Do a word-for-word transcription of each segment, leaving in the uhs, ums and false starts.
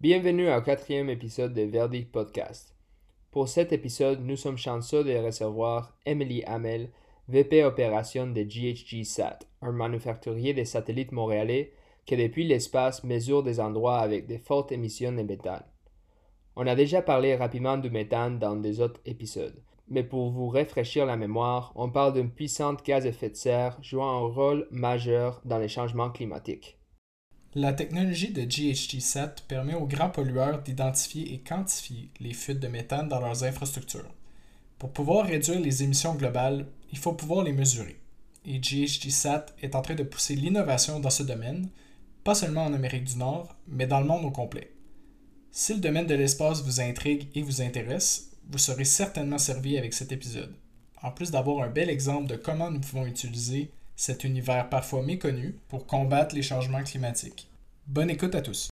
Bienvenue au quatrième épisode de Verdict Podcast. Pour cet épisode, nous sommes chanceux de recevoir Émilie Hamel, V P Opération de G H G Sat, un manufacturier de satellites montréalais qui depuis l'espace mesure des endroits avec de fortes émissions de méthane. On a déjà parlé rapidement du méthane dans des autres épisodes, mais pour vous rafraîchir la mémoire, on parle d'une puissante gaz à effet de serre jouant un rôle majeur dans les changements climatiques. La technologie de G H G Sat permet aux grands pollueurs d'identifier et quantifier les fuites de méthane dans leurs infrastructures. Pour pouvoir réduire les émissions globales, il faut pouvoir les mesurer. Et G H G Sat est en train de pousser l'innovation dans ce domaine, pas seulement en Amérique du Nord, mais dans le monde au complet. Si le domaine de l'espace vous intrigue et vous intéresse, vous serez certainement servi avec cet épisode. En plus d'avoir un bel exemple de comment nous pouvons utiliser cet univers parfois méconnu pour combattre les changements climatiques. Bonne écoute à tous.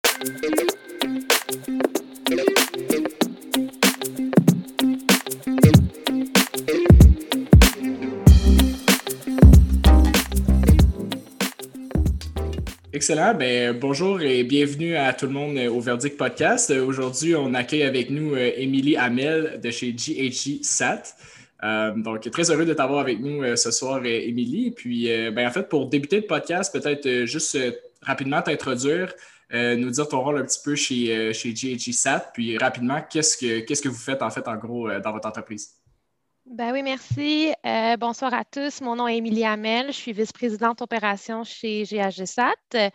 Excellent. Ben, bonjour et bienvenue à tout le monde au Verdict Podcast. Aujourd'hui, on accueille avec nous Émilie Hamel de chez G H G Sat. Euh, donc, très heureux de t'avoir avec nous euh, ce soir, Émilie. Puis, euh, ben, en fait, pour débuter le podcast, peut-être euh, juste euh, rapidement t'introduire, euh, nous dire ton rôle un petit peu chez, euh, chez G H G Sat, puis rapidement, qu'est-ce que, qu'est-ce que vous faites, en fait, en gros, euh, dans votre entreprise? Ben oui, merci. Euh, bonsoir à tous. Mon nom est Émilie Hamel. Je suis vice-présidente opération chez G H G Sat.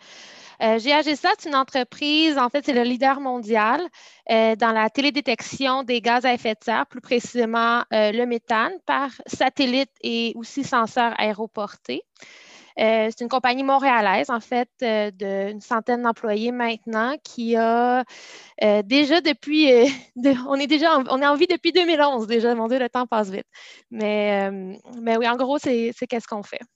Euh, G H G Sat, c'est une entreprise, en fait, c'est le leader mondial euh, dans la télédétection des gaz à effet de serre, plus précisément euh, le méthane, par satellite et aussi senseurs aéroportés. Euh, c'est une compagnie montréalaise, en fait, euh, d'une centaine d'employés maintenant, qui a euh, déjà depuis, euh, de, on est déjà en, on est en vie depuis deux mille onze déjà, mon Dieu, le temps passe vite. Mais, euh, mais oui, en gros, c'est, c'est qu'est-ce qu'on fait.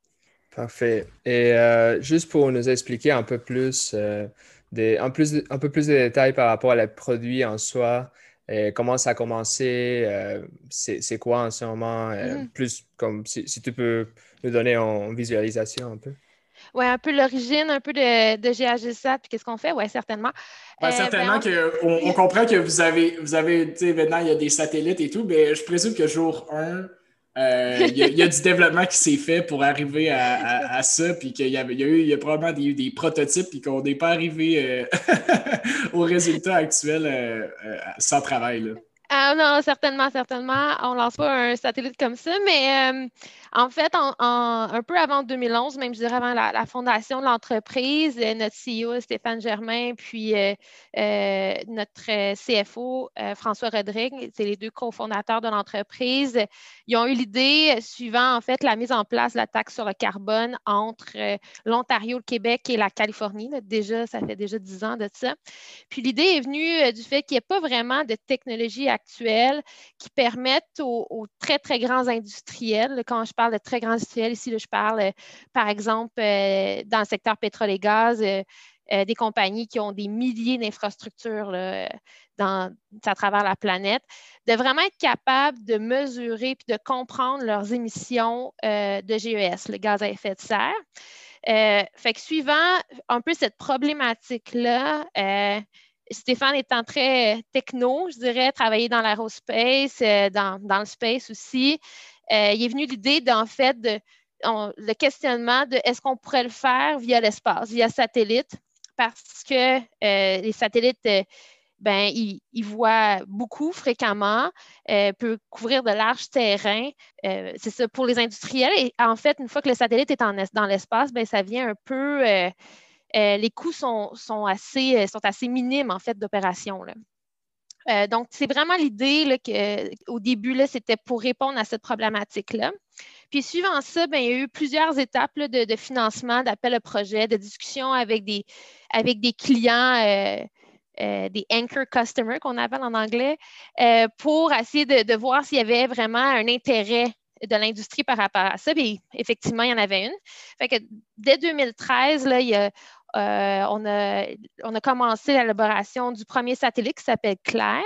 Parfait. Et euh, juste pour nous expliquer un peu plus, euh, des, un, plus de- un peu plus de détails par rapport à le produit en soi, et comment ça a commencé, euh, c'est, c'est quoi en ce moment, euh, Mm-hmm. plus comme si, si tu peux nous donner en visualisation un peu. Oui, un peu l'origine, un peu de, de G H G Sat, puis qu'est-ce qu'on fait? Oui, certainement. Ben, Euh, ben, certainement en- qu'on on comprend que vous avez, vous avez, tu sais, maintenant, il y a des satellites et tout, mais je présume que jour un, euh, il, y a, il y a du développement qui s'est fait pour arriver à, à, à ça, puis qu'il y, avait, il y a eu il y a probablement des, des prototypes, puis qu'on n'est pas arrivé euh, au résultat actuel euh, euh, sans travail, là. Ah non, certainement, certainement. On lance pas un satellite comme ça, mais euh, en fait, en, en- un peu avant deux mille onze, même je dirais avant la, la fondation de l'entreprise, euh, notre C E O Stéphane Germain, puis euh, euh, notre euh, C F O euh, François Rodrigue, c'est les deux cofondateurs de l'entreprise, ils ont eu l'idée euh, suivant en fait la mise en place de la taxe sur le carbone entre euh, l'Ontario, le Québec et la Californie. Là. Déjà, ça fait déjà dix ans de ça. Puis l'idée est venue euh, du fait qu'il n'y a pas vraiment de technologie actuelle qui permettent aux, aux très, très grands industriels, quand je parle de très grands industriels, ici, là, je parle, euh, par exemple, euh, dans le secteur pétrole et gaz, euh, euh, des compagnies qui ont des milliers d'infrastructures là, dans, à travers la planète, de vraiment être capables de mesurer puis de comprendre leurs émissions euh, de G E S, le gaz à effet de serre. Euh, fait que suivant un peu cette problématique-là, euh, Stéphane étant très techno, je dirais, travailler dans l'aérospace, euh, dans, dans le space aussi, euh, il est venu l'idée d'en fait de, on, le questionnement de est-ce qu'on pourrait le faire via l'espace, via satellite, parce que euh, les satellites, euh, ben, il, il voit beaucoup fréquemment, euh, peut couvrir de larges terrains. Euh, c'est ça pour les industriels. Et en fait, une fois que le satellite est en, dans l'espace, ben, ça vient un peu. Euh, euh, les coûts sont, sont, assez, euh, sont assez minimes, en fait, d'opération. Là. Euh, donc, c'est vraiment l'idée là, qu'au début, là, c'était pour répondre à cette problématique-là. Puis, suivant ça, ben, il y a eu plusieurs étapes là, de, de financement, d'appel à projet, de discussion avec des, avec des clients. Euh, euh, des anchor customers qu'on appelle en anglais, euh, pour essayer de, de voir s'il y avait vraiment un intérêt de l'industrie par rapport à ça. Puis effectivement, il y en avait une. Fait que dès deux mille treize, là, il y a, euh, on, a, on a commencé l'élaboration du premier satellite qui s'appelle Claire.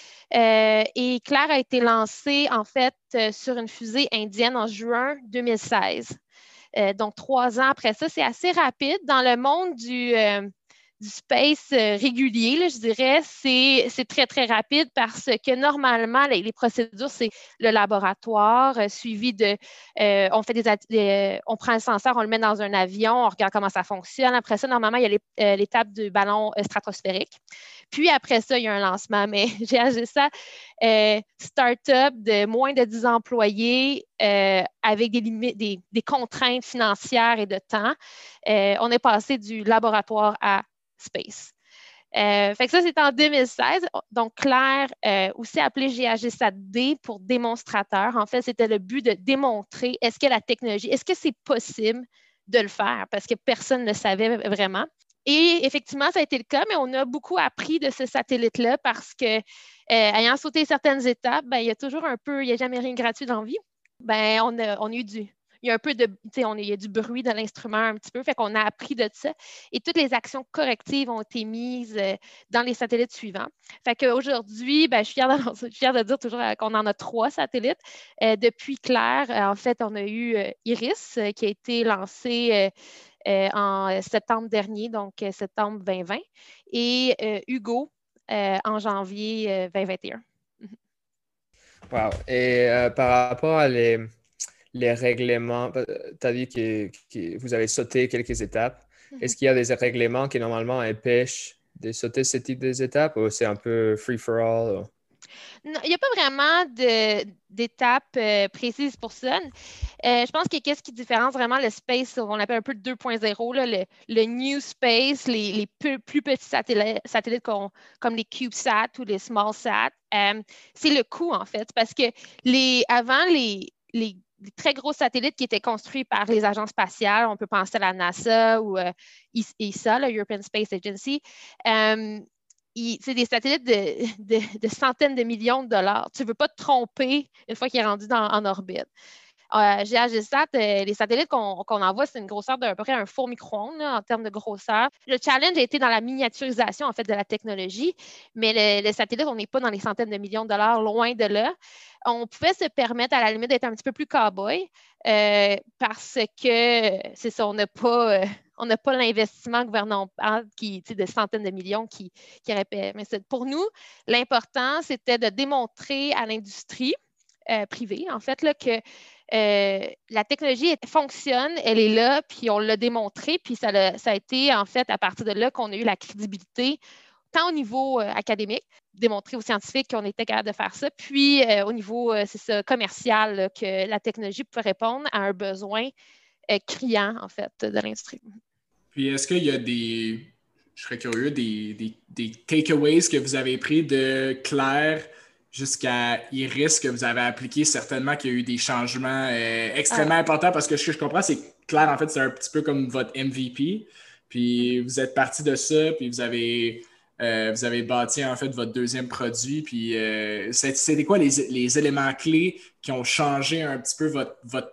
Euh, et Claire a été lancé en fait euh, sur une fusée indienne en juin deux mille seize. Euh, donc, trois ans après ça, c'est assez rapide. Dans le monde du, euh, du space euh, régulier, là, je dirais, c'est, c'est très, très rapide parce que normalement, les, les procédures, c'est le laboratoire euh, suivi de, euh, on fait des, des, on prend un senseur, on le met dans un avion, on regarde comment ça fonctionne. Après ça, normalement, il y a les, euh, l'étape du ballon euh, stratosphérique. Puis après ça, il y a un lancement. Mais j'ai agi ça, euh, start-up de moins de dix employés euh, avec des, limites, des, des contraintes financières et de temps. Euh, on est passé du laboratoire à space. Euh, fait que ça, c'est en deux mille seize. Donc, Claire, euh, aussi appelé G A G S A T D pour démonstrateur. En fait, c'était le but de démontrer est-ce que la technologie, est-ce que c'est possible de le faire parce que personne ne le savait vraiment. Et effectivement, ça a été le cas, mais on a beaucoup appris de ce satellite-là parce que, euh, ayant sauté certaines étapes, ben, il y a toujours un peu, il n'y a jamais rien de gratuit dans la vie. Ben, on a, on a eu du, il y a un peu de, tu sais, on, il y a du bruit de l'instrument un petit peu, fait qu'on a appris de ça. Et toutes les actions correctives ont été mises euh, dans les satellites suivants. Fait qu'aujourd'hui, ben, je suis fière de, je suis fière de dire toujours qu'on en a trois satellites. Euh, depuis Claire, euh, en fait, on a eu euh, Iris euh, qui a été lancé euh, euh, en septembre dernier, donc euh, septembre vingt vingt, et euh, Hugo euh, en janvier euh, vingt vingt et un. Wow. Et euh, par rapport à les, les règlements, tu as dit que, que vous avez sauté quelques étapes. Mm-hmm. Est-ce qu'il y a des règlements qui normalement empêchent de sauter ce type d'étapes ou c'est un peu free-for-all? Ou... Non, il n'y a pas vraiment de, d'étapes euh, précises pour ça. Euh, je pense que qu'est-ce qui différencie vraiment le space, on l'appelle un peu deux point zéro, là, le, le new space, les, les plus, plus petits satellites, satellites comme, comme les CubeSat ou les SmallSat, euh, c'est le coût en fait. Parce que les, avant, les, les, les très gros satellites qui étaient construits par les agences spatiales, on peut penser à la NASA ou euh, E S A, la European Space Agency, euh, c'est des satellites de, de, de, centaines de millions de dollars. Tu ne veux pas te tromper une fois qu'il est rendu dans, en orbite. Euh, G A G S A T, euh, les satellites qu'on qu'on envoie, c'est une grosseur d'à peu près un four micro-ondes en termes de grosseur. Le challenge a été dans la miniaturisation en fait, de la technologie, mais le, le satellite, on n'est pas dans les centaines de millions de dollars, loin de là. On pouvait se permettre à la limite d'être un petit peu plus cow-boy euh, parce que c'est ça, on n'a pas, euh, on n'a pas l'investissement gouvernemental qui, de centaines de millions qui, qui aurait. Mais pour nous, l'important, c'était de démontrer à l'industrie euh, privée, en fait, là, que euh, la technologie fonctionne, elle est là, puis on l'a démontré, puis ça, l'a, ça a été, en fait, à partir de là qu'on a eu la crédibilité, tant au niveau euh, académique, démontrer aux scientifiques qu'on était capable de faire ça, puis euh, au niveau, euh, c'est ça, commercial, là, que la technologie pouvait répondre à un besoin euh, criant, en fait, de l'industrie. Puis est-ce qu'il y a des, je serais curieux, des, des, des takeaways que vous avez pris de Claire jusqu'à Iris que vous avez appliqué? Certainement qu'il y a eu des changements euh, extrêmement ah. importants parce que ce que je comprends, c'est que Claire, en fait, c'est un petit peu comme votre M V P. Puis mm-hmm. vous êtes parti de ça, puis vous avez, euh, vous avez bâti en fait votre deuxième produit. Puis euh, c'était quoi les, les éléments clés qui ont changé un petit peu votre, votre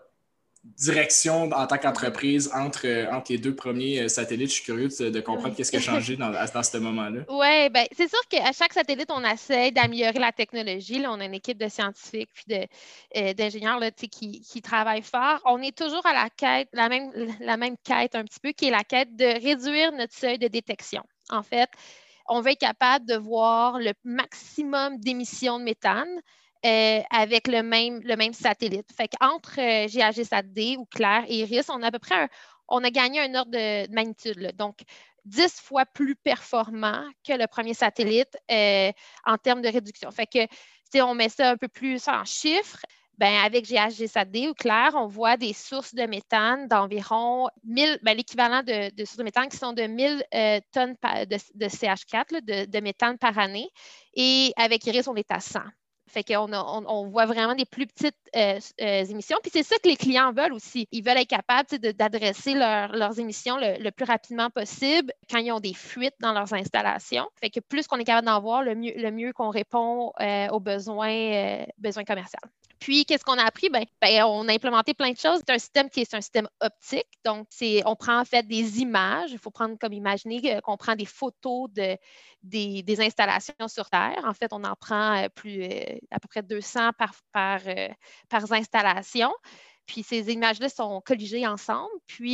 direction en tant qu'entreprise entre, entre les deux premiers satellites? Je suis curieux de, de comprendre qu'est-ce qui a changé dans, dans ce moment-là. Oui, bien, c'est sûr qu'à chaque satellite, on essaie d'améliorer la technologie. Là, on a une équipe de scientifiques puis de, euh, d'ingénieurs là, qui, qui travaillent fort. On est toujours à la quête, la même, la même quête un petit peu, qui est la quête de réduire notre seuil de détection. En fait, on veut être capable de voir le maximum d'émissions de méthane Euh, avec le même, le même satellite. Fait qu'entre euh, G A G S A T D ou Claire et Iris, on a à peu près un, on a gagné un ordre de, de magnitude. Là. Donc, dix fois plus performant que le premier satellite euh, en termes de réduction. Fait que si on met ça un peu plus en chiffres, ben, avec G A G S A T D ou Claire, on voit des sources de méthane d'environ mille, ben, l'équivalent de, de sources de méthane qui sont de mille euh, tonnes de, de C H quatre, là, de, de méthane par année. Et avec Iris, on est à cent. Fait qu'on a, on, on voit vraiment des plus petites euh, euh, émissions. Puis c'est ça que les clients veulent aussi. Ils veulent être capables de, d'adresser leur, leurs émissions le, le plus rapidement possible quand ils ont des fuites dans leurs installations. Fait que plus qu'on est capable d'en voir, le mieux, le mieux qu'on répond euh, aux besoins, euh, besoins commerciaux. Puis, qu'est-ce qu'on a appris? Ben, ben, on a implémenté plein de choses. C'est un système qui est un système optique. Donc, c'est, on prend en fait des images. Il faut prendre comme imaginer qu'on prend des photos de, des, des installations sur Terre. En fait, on en prend plus, à peu près deux cents par, par, par installation. Puis, ces images-là sont colligées ensemble. Puis,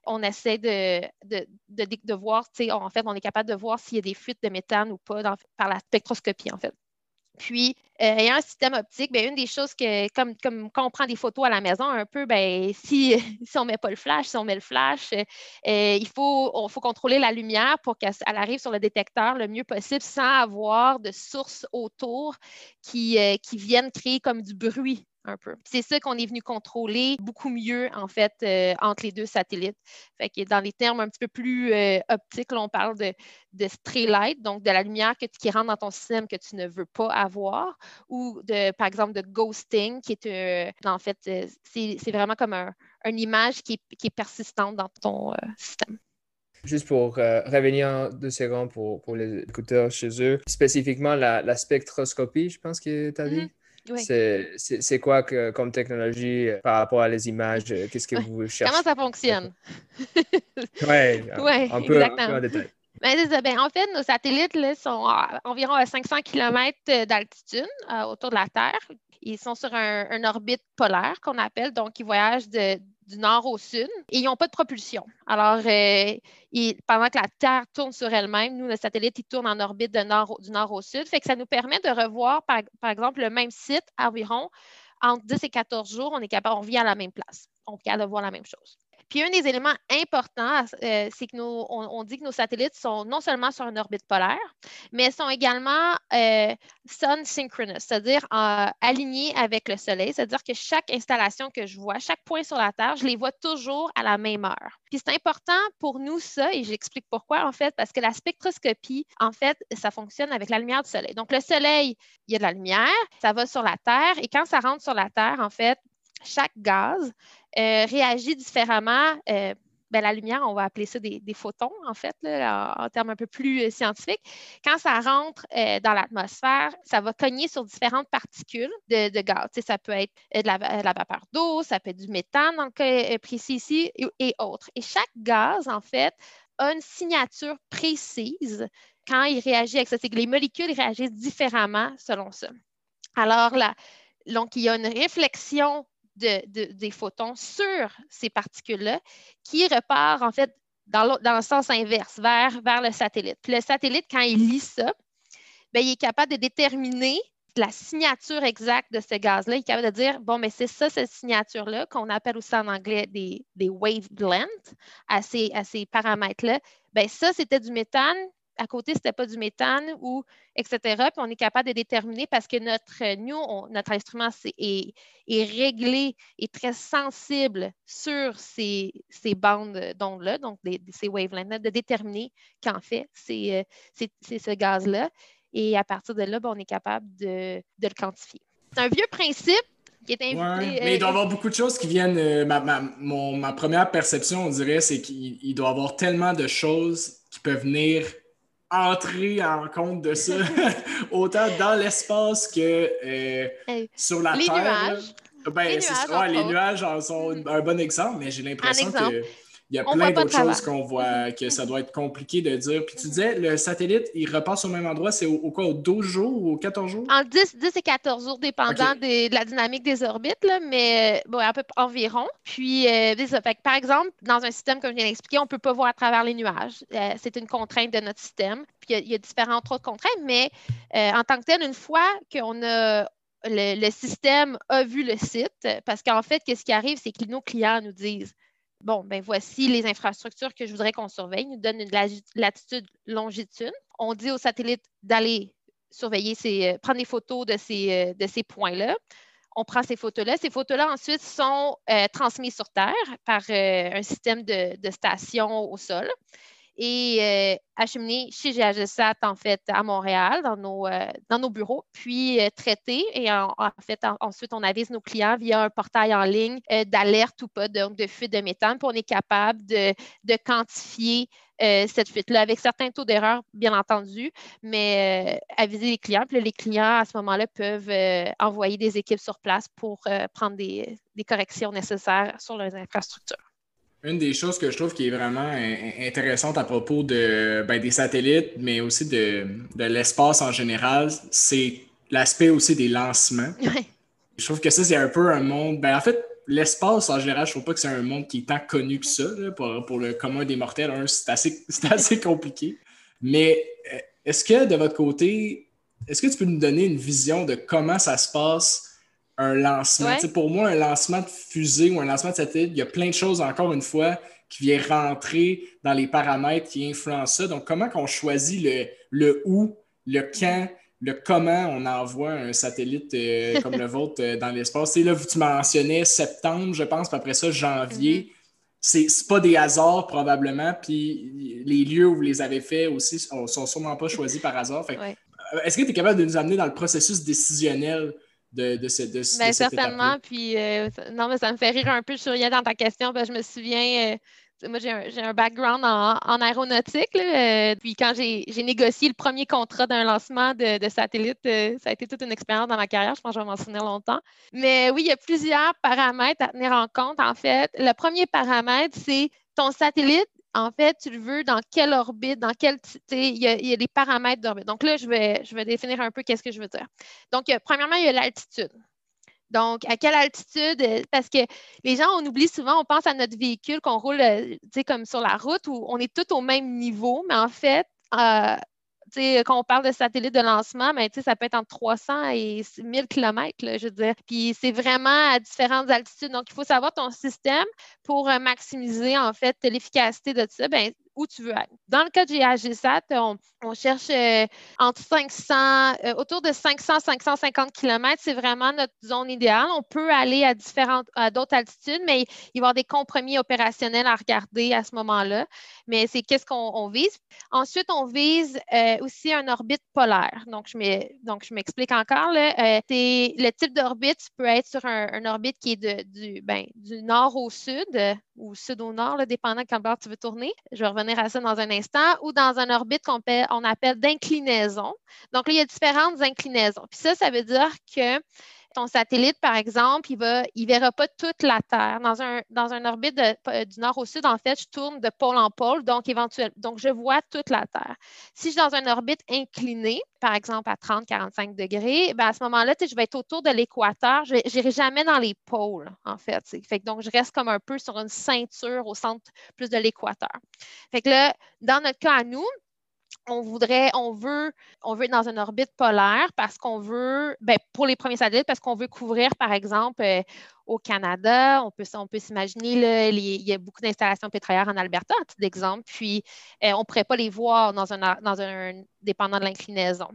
on essaie de, de, de, de voir, en fait, on est capable de voir s'il y a des fuites de méthane ou pas dans, par la spectroscopie, en fait. Puis, euh, ayant un système optique, bien, une des choses que, comme, comme quand on prend des photos à la maison, un peu, bien, si, si on ne met pas le flash, si on met le flash, euh, il faut, on, faut contrôler la lumière pour qu'elle arrive sur le détecteur le mieux possible sans avoir de sources autour qui, euh, qui viennent créer comme du bruit un peu. C'est ça qu'on est venu contrôler beaucoup mieux, en fait, euh, entre les deux satellites. Fait que dans les termes un petit peu plus euh, optiques, là, on parle de, de stray light, donc de la lumière que, qui rentre dans ton système que tu ne veux pas avoir, ou de, par exemple, de ghosting, qui est, euh, en fait, euh, c'est, c'est vraiment comme un, une image qui est, qui est persistante dans ton euh, système. Juste pour euh, revenir deux secondes pour, pour les écouteurs chez eux, spécifiquement la, la spectroscopie, je pense que tu as dit. Mm-hmm. Oui. C'est, c'est, c'est quoi que, comme technologie euh, par rapport à les images? Euh, qu'est-ce que ouais. vous cherchez? Comment ça fonctionne? Oui, ouais, un, peu, un peu en détail. Ben, c'est ça. Ben, en fait, nos satellites là, sont à environ à cinq cents kilomètres d'altitude euh, autour de la Terre. Ils sont sur un, une orbite polaire qu'on appelle, donc ils voyagent de, du nord au sud et ils n'ont pas de propulsion. Alors, euh, ils, pendant que la Terre tourne sur elle-même, nous, le satellite, il tourne en orbite de nord, du nord au sud. Fait que ça nous permet de revoir, par, par exemple, le même site environ entre dix et quatorze jours. On est capable, on vit à la même place. On est capable de voir la même chose. Puis un des éléments importants, euh, c'est que nos, on, on dit que nos satellites sont non seulement sur une orbite polaire, mais sont également euh, sun synchronous, c'est-à-dire euh, alignés avec le Soleil. C'est-à-dire que chaque installation que je vois, chaque point sur la Terre, je les vois toujours à la même heure. Puis c'est important pour nous ça, et j'explique pourquoi en fait, parce que la spectroscopie, en fait, ça fonctionne avec la lumière du Soleil. Donc le Soleil, il y a de la lumière, ça va sur la Terre, et quand ça rentre sur la Terre, en fait, chaque gaz euh, réagit différemment. Euh, ben, la lumière, on va appeler ça des, des photons, en fait, là, en, en termes un peu plus euh, scientifiques. Quand ça rentre euh, dans l'atmosphère, ça va cogner sur différentes particules de, de gaz. Tu sais, ça peut être euh, de, la, de la vapeur d'eau, ça peut être du méthane, dans le cas euh, précis ici, et, et autres. Et chaque gaz, en fait, a une signature précise quand il réagit avec ça. C'est que les molécules réagissent différemment selon ça. Alors, là, donc, il y a une réflexion De, de, des photons sur ces particules-là qui repart en fait dans, dans le sens inverse, vers, vers le satellite. Puis le satellite, quand il lit ça, bien, il est capable de déterminer la signature exacte de ce gaz-là. Il est capable de dire, bon, mais c'est ça, cette signature-là, qu'on appelle aussi en anglais des, des wavelengths, à ces, à ces paramètres-là. Bien, ça, c'était du méthane. À côté, ce n'était pas du méthane, ou et cetera. Puis on est capable de déterminer parce que notre, nous, on, notre instrument est, est réglé, est très sensible sur ces, ces bandes d'ondes-là, donc des, ces wavelengths-là, de déterminer qu'en fait, c'est, c'est, c'est ce gaz-là. Et à partir de là, ben, on est capable de, de le quantifier. C'est un vieux principe qui est invité. Ouais, mais il doit y avoir beaucoup de choses qui viennent. Euh, ma, ma, mon, ma première perception, on dirait, c'est qu'il il doit y avoir tellement de choses qui peuvent venir entrer en compte de ça, autant dans l'espace que euh, hey, sur la les Terre. Nuages. Ben, les c'est, nuages, ouais, les autres. nuages en sont mm-hmm. un bon exemple, mais j'ai l'impression que il y a on plein d'autres choses travers. qu'on voit, que ça doit être compliqué de dire. Puis tu disais, le satellite, il repasse au même endroit, c'est au, au quoi, aux douze jours ou aux quatorze jours? En dix, dix et quatorze jours, dépendant okay. des, de la dynamique des orbites, là, mais bon, à peu environ. Puis, euh, ça fait que, par exemple, dans un système, comme je viens d'expliquer, on ne peut pas voir à travers les nuages. Euh, c'est une contrainte de notre système. Puis, il y, y, a différentes autres contraintes, mais euh, en tant que tel, une fois qu'on a le, le système a vu le site, parce qu'en fait, qu'est-ce qui arrive, c'est que nos clients nous disent bon, ben voici les infrastructures que je voudrais qu'on surveille. Ils nous donnent une latitude, longitude. On dit au satellite d'aller surveiller, ces, prendre des photos de ces, de ces points-là. On prend ces photos-là. Ces photos-là, ensuite, sont euh, transmises sur Terre par euh, un système de, de stations au sol et euh, acheminées chez G H G S A T, en fait, à Montréal, dans nos, euh, dans nos bureaux, puis euh, traitées. Et en, en fait, en, ensuite, on avise nos clients via un portail en ligne euh, d'alerte ou pas, donc de fuite de méthane, puis on est capable de, de quantifier euh, cette fuite-là avec certains taux d'erreur, bien entendu, mais euh, aviser les clients. Puis là, les clients, à ce moment-là, peuvent euh, envoyer des équipes sur place pour euh, prendre des, des corrections nécessaires sur leurs infrastructures. Une des choses que je trouve qui est vraiment intéressante à propos de, ben, des satellites, mais aussi de, de l'espace en général, c'est l'aspect aussi des lancements. Ouais. Je trouve que ça, c'est un peu un monde... Ben, en fait, l'espace, en général, je trouve pas que c'est un monde qui est tant connu que ça, là, pour, pour le commun des mortels. Un, c'est assez, c'est assez compliqué. Mais est-ce que, de votre côté, est-ce que tu peux nous donner une vision de comment ça se passe un lancement? Ouais. Tu sais, pour moi, un lancement de fusée ou un lancement de satellite, il y a plein de choses, encore une fois, qui viennent rentrer dans les paramètres qui influencent ça. Donc, comment qu'on choisit le, le où, le quand, le comment on envoie un satellite euh, comme le vôtre euh, dans l'espace? Tu sais, là, tu mentionnais septembre, je pense, puis après ça, janvier. Mm-hmm. C'est, c'est pas des hasards, probablement, puis les lieux où vous les avez faits aussi sont, sont sûrement pas choisis par hasard. Fait, ouais. Est-ce que tu es capable de nous amener dans le processus décisionnel de, de, ce, de, ben, de cette certainement, étape-là? Puis, euh, non, mais ça me fait rire un peu, je suis dans ta question, parce que je me souviens... Euh, Moi, j'ai un, j'ai un background en, en aéronautique. Là, euh, puis quand j'ai, j'ai négocié le premier contrat d'un lancement de, de satellite, euh, ça a été toute une expérience dans ma carrière. Je pense que je vais m'en souvenir longtemps. Mais oui, il y a plusieurs paramètres à tenir en compte. En fait, le premier paramètre, c'est ton satellite. En fait, tu le veux dans quelle orbite, dans quel... Il y a, il y a des paramètres d'orbite. Donc là, je vais, je vais définir un peu qu'est-ce que je veux dire. Donc, euh, premièrement, il y a l'altitude. Donc, à quelle altitude? Parce que les gens, on oublie souvent, on pense à notre véhicule qu'on roule, tu sais, comme sur la route où on est tous au même niveau, mais en fait, euh, tu sais, quand on parle de satellite de lancement, ben, tu sais, ça peut être entre trois cents et mille kilomètres, là, je veux dire. Puis c'est vraiment à différentes altitudes. Donc, il faut savoir ton système pour euh, maximiser, en fait, l'efficacité de tout ça. Ben, où tu veux être. Dans le cas de G A G S A T, on, on cherche euh, entre cinq cents, euh, autour de cinq cents à cinq cent cinquante kilomètres. C'est vraiment notre zone idéale. On peut aller à, différentes, à d'autres altitudes, mais il va y avoir des compromis opérationnels à regarder à ce moment-là. Mais c'est qu'est-ce qu'on on vise. Ensuite, on vise euh, aussi une orbite polaire. Donc, je, m'ai, donc, je m'explique encore. Là. Euh, c'est, le type d'orbite peut être sur un, un orbite qui est de, du, ben, du nord au sud euh, ou sud au nord, là, dépendant de quel bord tu veux tourner. Je vais revenir à ça dans un instant, ou dans une orbite qu'on appelle, on appelle d'inclinaison. Donc là, il y a différentes inclinaisons. Puis ça, ça veut dire que ton satellite, par exemple, il ne il verra pas toute la Terre. Dans un, dans un orbite de, du nord au sud, en fait, je tourne de pôle en pôle, donc éventuellement, donc je vois toute la Terre. Si je suis dans une orbite inclinée, par exemple à trente à quarante-cinq degrés, ben à ce moment-là, je vais être autour de l'équateur. Je n'irai jamais dans les pôles, en fait. Fait que donc, je reste comme un peu sur une ceinture au centre plus de l'équateur. Fait que là, dans notre cas à nous, on voudrait, on veut, on veut être dans une orbite polaire parce qu'on veut, ben, pour les premiers satellites, parce qu'on veut couvrir, par exemple, euh, au Canada, on peut, on peut s'imaginer, là, les, il y a beaucoup d'installations pétrolières en Alberta, à titre d'exemple, puis euh, on ne pourrait pas les voir dans un, dans un dépendant de l'inclinaison.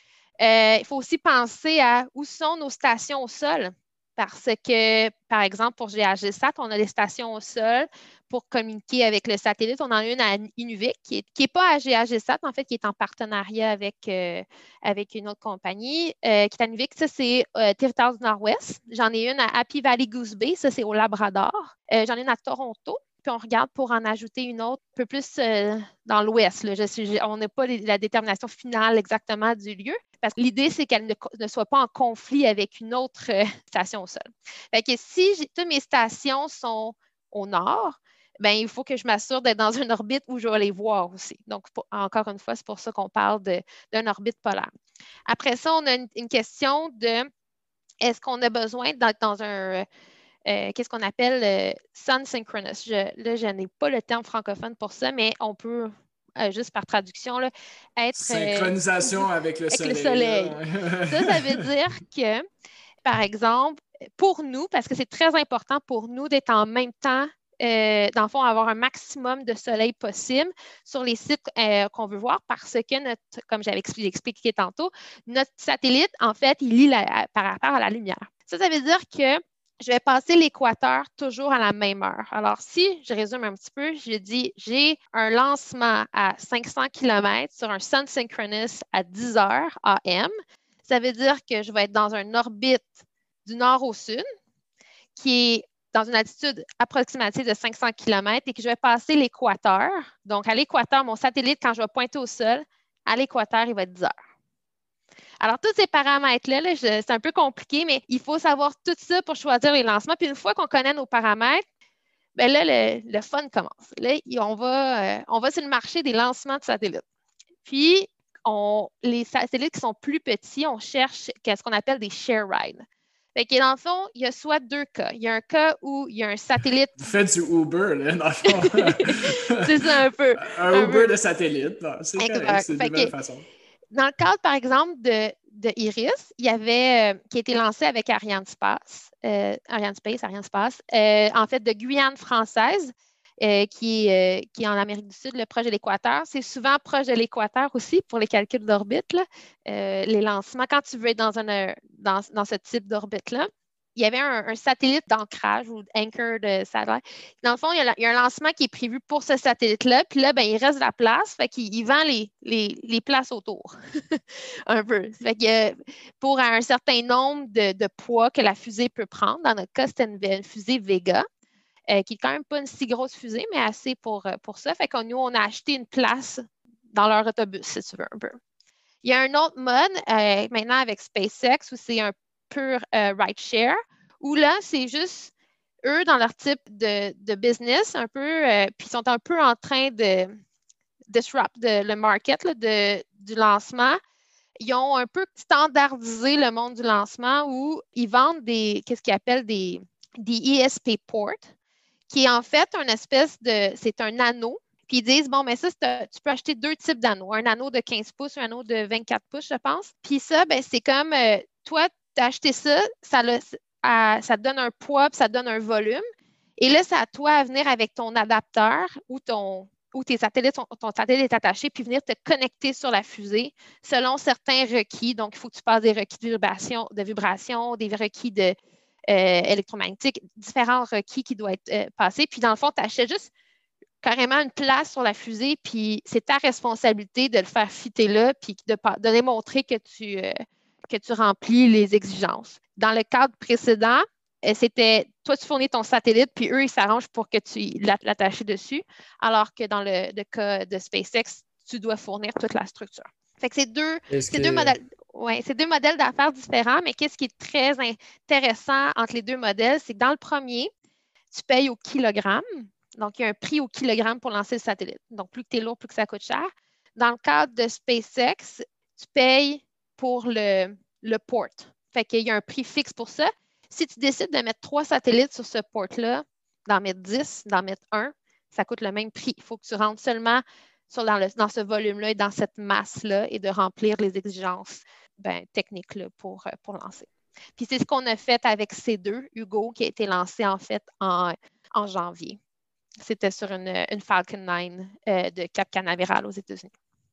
Euh, il faut aussi penser à où sont nos stations au sol. Parce que, par exemple, pour G A G S A T, on a des stations au sol pour communiquer avec le satellite. On en a une à Inuvik, qui n'est qui est pas à G A G S A T, en fait, qui est en partenariat avec, euh, avec une autre compagnie, euh, qui est à Inuvik. Ça, c'est euh, territoire du Nord-Ouest. J'en ai une à Happy Valley Goose Bay, ça, c'est au Labrador. Euh, j'en ai une à Toronto. Puis on regarde pour en ajouter une autre un peu plus euh, dans l'ouest. Là. Je suis, on n'a pas la détermination finale exactement du lieu, parce que l'idée, c'est qu'elle ne, ne soit pas en conflit avec une autre euh, station au sol. Fait que si toutes mes stations sont au nord, ben, il faut que je m'assure d'être dans une orbite où je vais les voir aussi. Donc, pour, encore une fois, c'est pour ça qu'on parle d'une orbite polaire. Après ça, on a une, une question de est-ce qu'on a besoin d'être dans un... Euh, qu'est-ce qu'on appelle euh, sun synchronous. Je, là, je n'ai pas le terme francophone pour ça, mais on peut, euh, juste par traduction, là, être... Synchronisation euh, avec le avec soleil. Le soleil. Ça, ça veut dire que, par exemple, pour nous, parce que c'est très important pour nous d'être en même temps, euh, dans le fond, avoir un maximum de soleil possible sur les sites euh, qu'on veut voir, parce que, notre, comme j'avais expliqué, expliqué tantôt, notre satellite, en fait, il lit la, par rapport à la lumière. Ça, ça veut dire que je vais passer l'équateur toujours à la même heure. Alors, si je résume un petit peu, je dis j'ai un lancement à cinq cents kilomètres sur un sun synchronous à dix heures A M. Ça veut dire que je vais être dans une orbite du nord au sud, qui est dans une altitude approximative de cinq cents kilomètres et que je vais passer l'équateur. Donc, à l'équateur, mon satellite, quand je vais pointer au sol, à l'équateur, il va être dix heures. Alors, tous ces paramètres-là, là, c'est un peu compliqué, mais il faut savoir tout ça pour choisir les lancements. Puis une fois qu'on connaît nos paramètres, bien là, le, le fun commence. Là, on va, euh, on va sur le marché des lancements de satellites. Puis, on, les satellites qui sont plus petits, on cherche ce qu'on appelle des share rides. Fait que dans le fond, il y a soit deux cas. Il y a un cas où il y a un satellite. Vous faites du Uber, là, dans le fond. C'est ça un peu. Un, un Uber peu. de satellite. Non, c'est Exact. correct, c'est une Fait nouvelle que, façon. dans le cadre, par exemple, de, de Iris, il y avait, euh, qui a été lancé avec Ariane Space, euh, Ariane Space, Ariane Space, euh, en fait, de Guyane française, euh, qui, euh, qui est en Amérique du Sud, le proche de l'équateur. C'est souvent proche de l'équateur aussi pour les calculs d'orbite, là, euh, les lancements. Quand tu veux être dans, un, dans, dans ce type d'orbite-là, il y avait un, un satellite d'ancrage ou anchored satellite. Dans le fond, il y, a, il y, a un lancement qui est prévu pour ce satellite-là. Puis là, ben, il reste de la place. Fait qu'il il vend les, les, les places autour. un peu. Fait que pour un certain nombre de, de poids que la fusée peut prendre, dans notre cas, c'était une, une fusée Vega, euh, qui n'est quand même pas une si grosse fusée, mais assez pour, pour ça. Fait que nous, on a acheté une place dans leur autobus, si tu veux, un peu. Il y a un autre mode euh, maintenant avec SpaceX où c'est un pur euh, ride-share, où là, c'est juste eux, dans leur type de, de business, un peu, euh, puis ils sont un peu en train de disrupt de, le market là, de, du lancement. Ils ont un peu standardisé le monde du lancement où ils vendent des, qu'est-ce qu'ils appellent des, des E S P ports, qui est en fait une espèce de, c'est un anneau. Puis ils disent, bon, mais ça, tu peux acheter deux types d'anneaux. Un anneau de quinze pouces, un anneau de vingt-quatre pouces, je pense. Puis ça, ben, c'est comme, euh, toi, tu as acheté ça, ça, le, à, ça te donne un poids, puis ça te donne un volume. Et là, c'est à toi à venir avec ton adapteur ou ton, où tes satellites sont, ton satellite est attaché, puis venir te connecter sur la fusée selon certains requis. Donc, il faut que tu passes des requis de vibration, de vibration des requis de, euh, électromagnétiques, différents requis qui doivent être euh, passés. Puis, dans le fond, tu achètes juste carrément une place sur la fusée, puis c'est ta responsabilité de le faire fitter là, puis de, de démontrer que tu, euh, que tu remplis les exigences. Dans le cadre précédent, c'était toi, tu fournis ton satellite, puis eux, ils s'arrangent pour que tu l'attaches dessus, alors que dans le, le cas de SpaceX, tu dois fournir toute la structure. Fait que c'est deux, c'est que... deux modèles. Ouais, c'est deux modèles d'affaires différents, mais qu'est-ce qui est très intéressant entre les deux modèles, c'est que dans le premier, tu payes au kilogramme. Donc, il y a un prix au kilogramme pour lancer le satellite. Donc, plus que tu es lourd, plus que ça coûte cher. Dans le cadre de SpaceX, tu payes pour le, le port. Fait qu'il y a un prix fixe pour ça. Si tu décides de mettre trois satellites sur ce port-là, d'en mettre dix, d'en mettre un, ça coûte le même prix. Il faut que tu rentres seulement sur, dans, le, dans ce volume-là et dans cette masse-là et de remplir les exigences ben, techniques là, pour, pour lancer. Puis c'est ce qu'on a fait avec C deux, Hugo, qui a été lancé en fait en, en janvier. C'était sur une, une Falcon neuf euh, de Cap Canaveral aux États-Unis.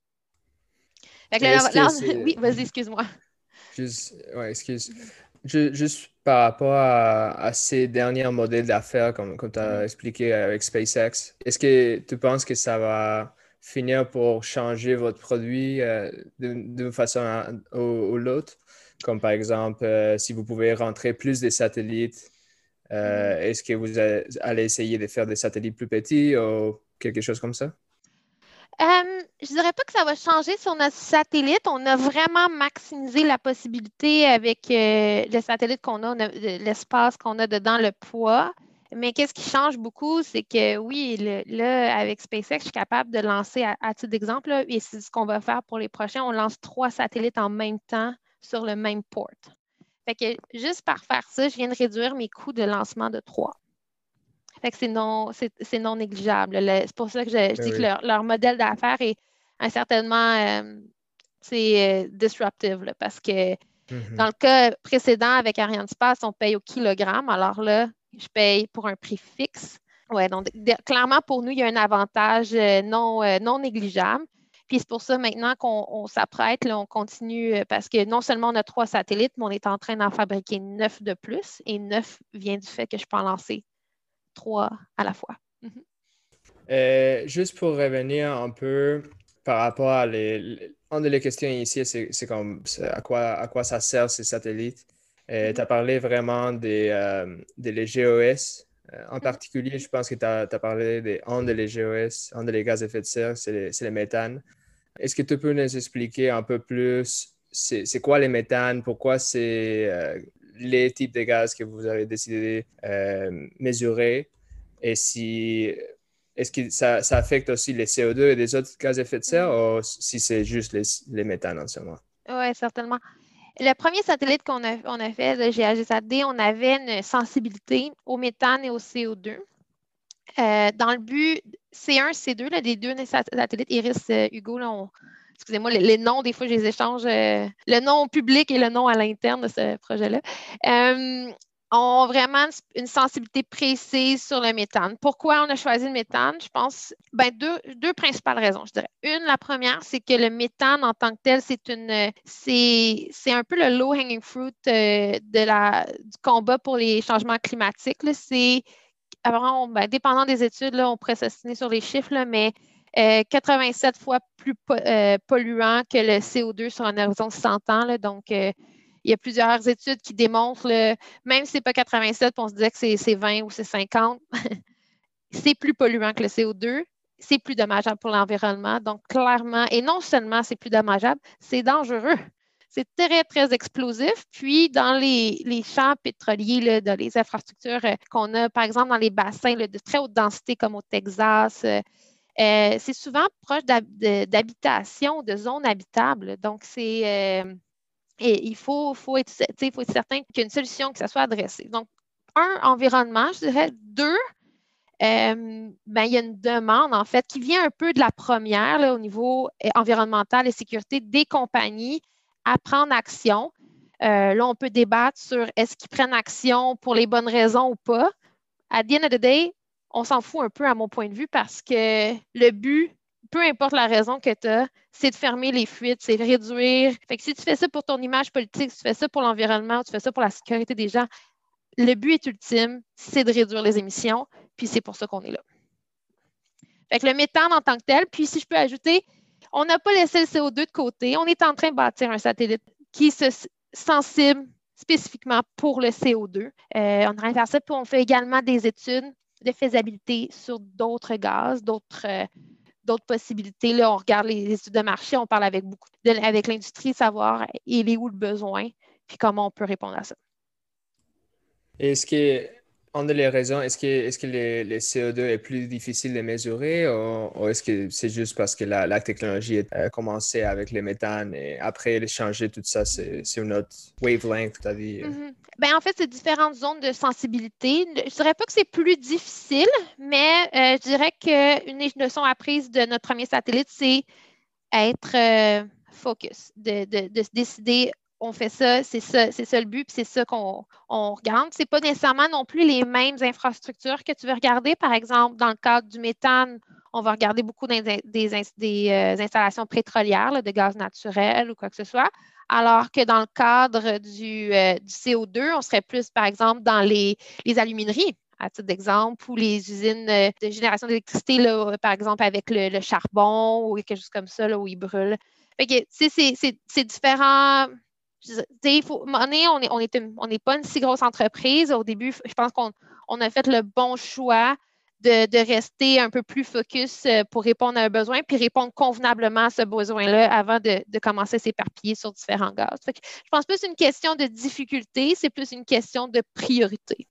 Fait que là, là, oui, vas-y, excuse-moi. Juste, ouais, excuse. Je, juste par rapport à, à ces derniers modèles d'affaires, comme, comme tu as mm-hmm. expliqué avec SpaceX, est-ce que tu penses que ça va finir pour changer votre produit euh, d'une façon à, ou, ou l'autre? Comme par exemple, euh, si vous pouvez rentrer plus des satellites, euh, mm-hmm. est-ce que vous allez essayer de faire des satellites plus petits ou quelque chose comme ça? Euh, je ne dirais pas que ça va changer sur notre satellite. On a vraiment maximisé la possibilité avec euh, le satellite qu'on a, l'espace qu'on a dedans, le poids. Mais qu'est-ce qui change beaucoup, c'est que oui, le, là, avec SpaceX, je suis capable de lancer, à, à titre d'exemple, là, et c'est ce qu'on va faire pour les prochains, on lance trois satellites en même temps sur le même port. Fait que juste par faire ça, je viens de réduire mes coûts de lancement de trois. Fait que c'est non, c'est, c'est non négligeable. Le, c'est pour ça que je, je dis oui. que leur, leur modèle d'affaires est certainement euh, c'est, euh, disruptive là, parce que mm-hmm. dans le cas précédent avec Ariane Space, on paye au kilogramme. Alors là, je paye pour un prix fixe. Ouais, donc de, clairement, pour nous, il y a un avantage euh, non, euh, non négligeable. Puis c'est pour ça maintenant qu'on on s'apprête, là, on continue euh, parce que non seulement on a trois satellites, mais on est en train d'en fabriquer neuf de plus. Et neuf vient du fait que je peux en lancer trois à la fois. Mm-hmm. Euh, juste pour revenir un peu par rapport à les, les une des questions ici, c'est, c'est comme c'est à quoi à quoi ça sert ces satellites. Euh, mm-hmm. Tu as parlé vraiment des, euh, des G O S. Euh, en mm-hmm. particulier, je pense que tu as parlé des un des G O S, un des gaz à effet de serre, c'est, les, c'est le méthane. Est-ce que tu peux nous expliquer un peu plus c'est, c'est quoi les méthanes, pourquoi c'est euh, les types de gaz que vous avez décidé de euh, mesurer et si est-ce que ça, ça affecte aussi les C O deux et les autres gaz à effet de serre mm-hmm. ou si c'est juste les, les méthanes en ce moment? Oui, certainement. Le premier satellite qu'on a, on a fait, le G H G S A T D, on avait une sensibilité au méthane et au C O deux. Euh, dans le but, C un, C deux, là, les deux satellites, Iris, euh, Hugo, là, on, excusez-moi, les, les noms, des fois, je les échange, euh, le nom public et le nom à l'interne de ce projet-là, euh, ont vraiment une sensibilité précise sur le méthane. Pourquoi on a choisi le méthane? Je pense, ben, deux, deux principales raisons, je dirais. Une, la première, c'est que le méthane en tant que tel, c'est une, c'est, c'est un peu le low-hanging fruit euh, de la, du combat pour les changements climatiques. Là. C'est avant, ben, dépendant des études, là, on pourrait s'assiner sur les chiffres, là, mais euh, quatre-vingt-sept fois plus po euh, polluant que le C O deux sur un horizon de cent ans. Là, donc, euh, il y a plusieurs études qui démontrent, là, même si ce n'est pas quatre-vingt-sept, on se disait que c'est vingt ou c'est cinquante, c'est plus polluant que le C O deux, c'est plus dommageable pour l'environnement. Donc, clairement, et non seulement c'est plus dommageable, c'est dangereux. C'est très, très explosif. Puis, dans les, les champs pétroliers, là, dans les infrastructures euh, qu'on a, par exemple, dans les bassins là, de très haute densité, comme au Texas, euh, euh, c'est souvent proche d'habitations, de zones habitables. Donc, c'est... Euh, et il faut, faut, être, faut être certain qu'il y a une solution, que ça soit adressé. Donc, un, environnement, je dirais. Deux, euh, ben, il y a une demande, en fait, qui vient un peu de la première là, au niveau environnemental et sécurité des compagnies à prendre action. Euh, là, on peut débattre sur est-ce qu'ils prennent action pour les bonnes raisons ou pas. À the end of the day, on s'en fout un peu à mon point de vue parce que le but, peu importe la raison que tu as, c'est de fermer les fuites, c'est de réduire. Fait que si tu fais ça pour ton image politique, si tu fais ça pour l'environnement, tu fais ça pour la sécurité des gens, le but est ultime, c'est de réduire les émissions, puis c'est pour ça qu'on est là. Fait que le méthane en tant que tel, puis si je peux ajouter, on n'a pas laissé le C O deux de côté, on est en train de bâtir un satellite qui est sensible spécifiquement pour le C O deux. Euh, on est en train de faire ça, puis on fait également des études de faisabilité sur d'autres gaz, d'autres euh, d'autres possibilités. Là, on regarde les études de marché, on parle avec beaucoup de, avec l'industrie, savoir il est où le besoin, puis comment on peut répondre à ça. Est-ce que, une des raisons, est-ce que, est-ce que le, le C O deux est plus difficile de mesurer ou, ou est-ce que c'est juste parce que la, la technologie a commencé avec le méthane et après changer tout ça, c'est, c'est une autre wavelength, tu as dit? Mm-hmm. Ben, en fait, c'est différentes zones de sensibilité. Je ne dirais pas que c'est plus difficile, mais euh, je dirais qu'une des leçons apprises de notre premier satellite, c'est être euh, focus, de, de, de se décider on fait ça, c'est ça, c'est ça le but, puis c'est ça qu'on on regarde. Ce n'est pas nécessairement non plus les mêmes infrastructures que tu veux regarder. Par exemple, dans le cadre du méthane, on va regarder beaucoup des, des, des euh, installations pétrolières, là, de gaz naturel ou quoi que ce soit. Alors que dans le cadre du, euh, du C O deux, on serait plus, par exemple, dans les, les alumineries, à titre d'exemple, ou les usines de génération d'électricité, là, par exemple, avec le, le charbon ou quelque chose comme ça, là, où ils brûlent. Fait que, c'est, c'est, c'est différent. Il faut, on n'est on est, on est on n'est pas une si grosse entreprise. Au début, je pense qu'on on a fait le bon choix de, de rester un peu plus focus pour répondre à un besoin, puis répondre convenablement à ce besoin-là avant de, de commencer à s'éparpiller sur différents gaz. Fait que je pense pas que c'est une question de difficulté, c'est plus une question de priorité.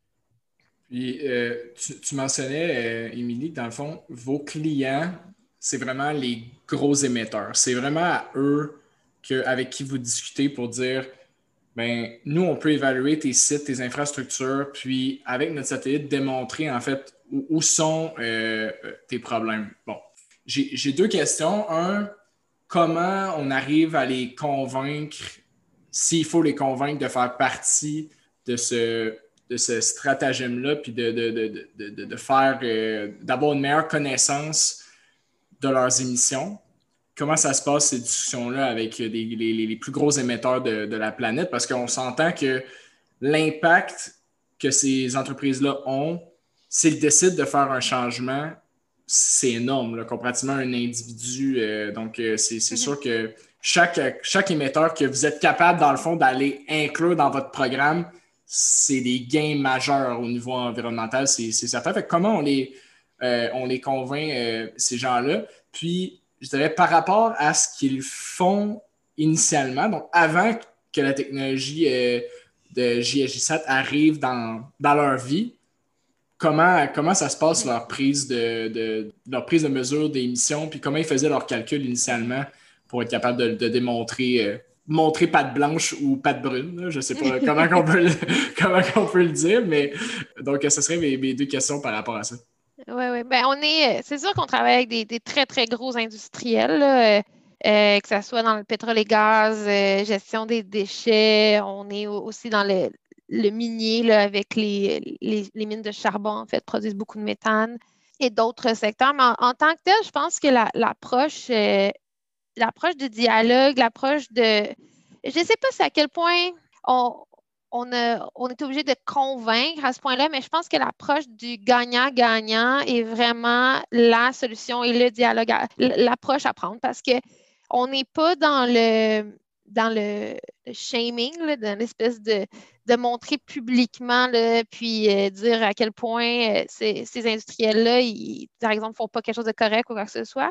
Puis, euh, tu, tu mentionnais, euh, Émilie, que dans le fond, vos clients, c'est vraiment les gros émetteurs. C'est vraiment à eux que, avec qui vous discutez pour dire, ben, nous, on peut évaluer tes sites, tes infrastructures, puis avec notre satellite, démontrer en fait où, où sont euh, tes problèmes. Bon, j'ai, j'ai deux questions. Un, comment on arrive à les convaincre, s'il faut les convaincre de faire partie de ce de ce stratagème-là, puis de, de, de, de, de faire, euh, d'avoir une meilleure connaissance de leurs émissions. Comment ça se passe, ces discussions-là, avec des, les, les plus gros émetteurs de, de la planète? Parce qu'on s'entend que l'impact que ces entreprises-là ont, s'ils décident de faire un changement, c'est énorme, là, comparativement à un individu. Euh, donc, euh, c'est, c'est mm-hmm. sûr que chaque, chaque émetteur que vous êtes capable, dans le fond, d'aller inclure dans votre programme, c'est des gains majeurs au niveau environnemental, c'est, c'est certain. Fait que comment on les, euh, on les convainc, euh, ces gens-là? Puis, je dirais, par rapport à ce qu'ils font initialement, donc avant que la technologie euh, de J H G S A T arrive dans, dans leur vie, comment, comment ça se passe leur prise de, de, leur prise de mesure d'émissions, puis comment ils faisaient leurs calculs initialement pour être capable de, de démontrer euh, montrer patte blanche ou patte brune. Là. Je ne sais pas comment on peut le, comment on peut le dire, mais donc ce seraient mes, mes deux questions par rapport à ça. Oui, oui. Ben, on est, c'est sûr qu'on travaille avec des, des très, très gros industriels, là, euh, euh, que ce soit dans le pétrole et gaz, euh, gestion des déchets. On est aussi dans le, le minier là, avec les, les, les mines de charbon, en fait, produisent beaucoup de méthane et d'autres secteurs. Mais en, en tant que tel, je pense que la, l'approche, euh, l'approche du dialogue, l'approche de... Je ne sais pas si à quel point on, on, a, on est obligé de convaincre à ce point-là, mais je pense que l'approche du gagnant-gagnant est vraiment la solution et le dialogue, à, l'approche à prendre parce qu'on n'est pas dans le, dans le, le shaming, là, dans l'espèce de, de montrer publiquement, là, puis euh, dire à quel point euh, ces, ces industriels-là, ils, par exemple, ne font pas quelque chose de correct ou quoi que ce soit.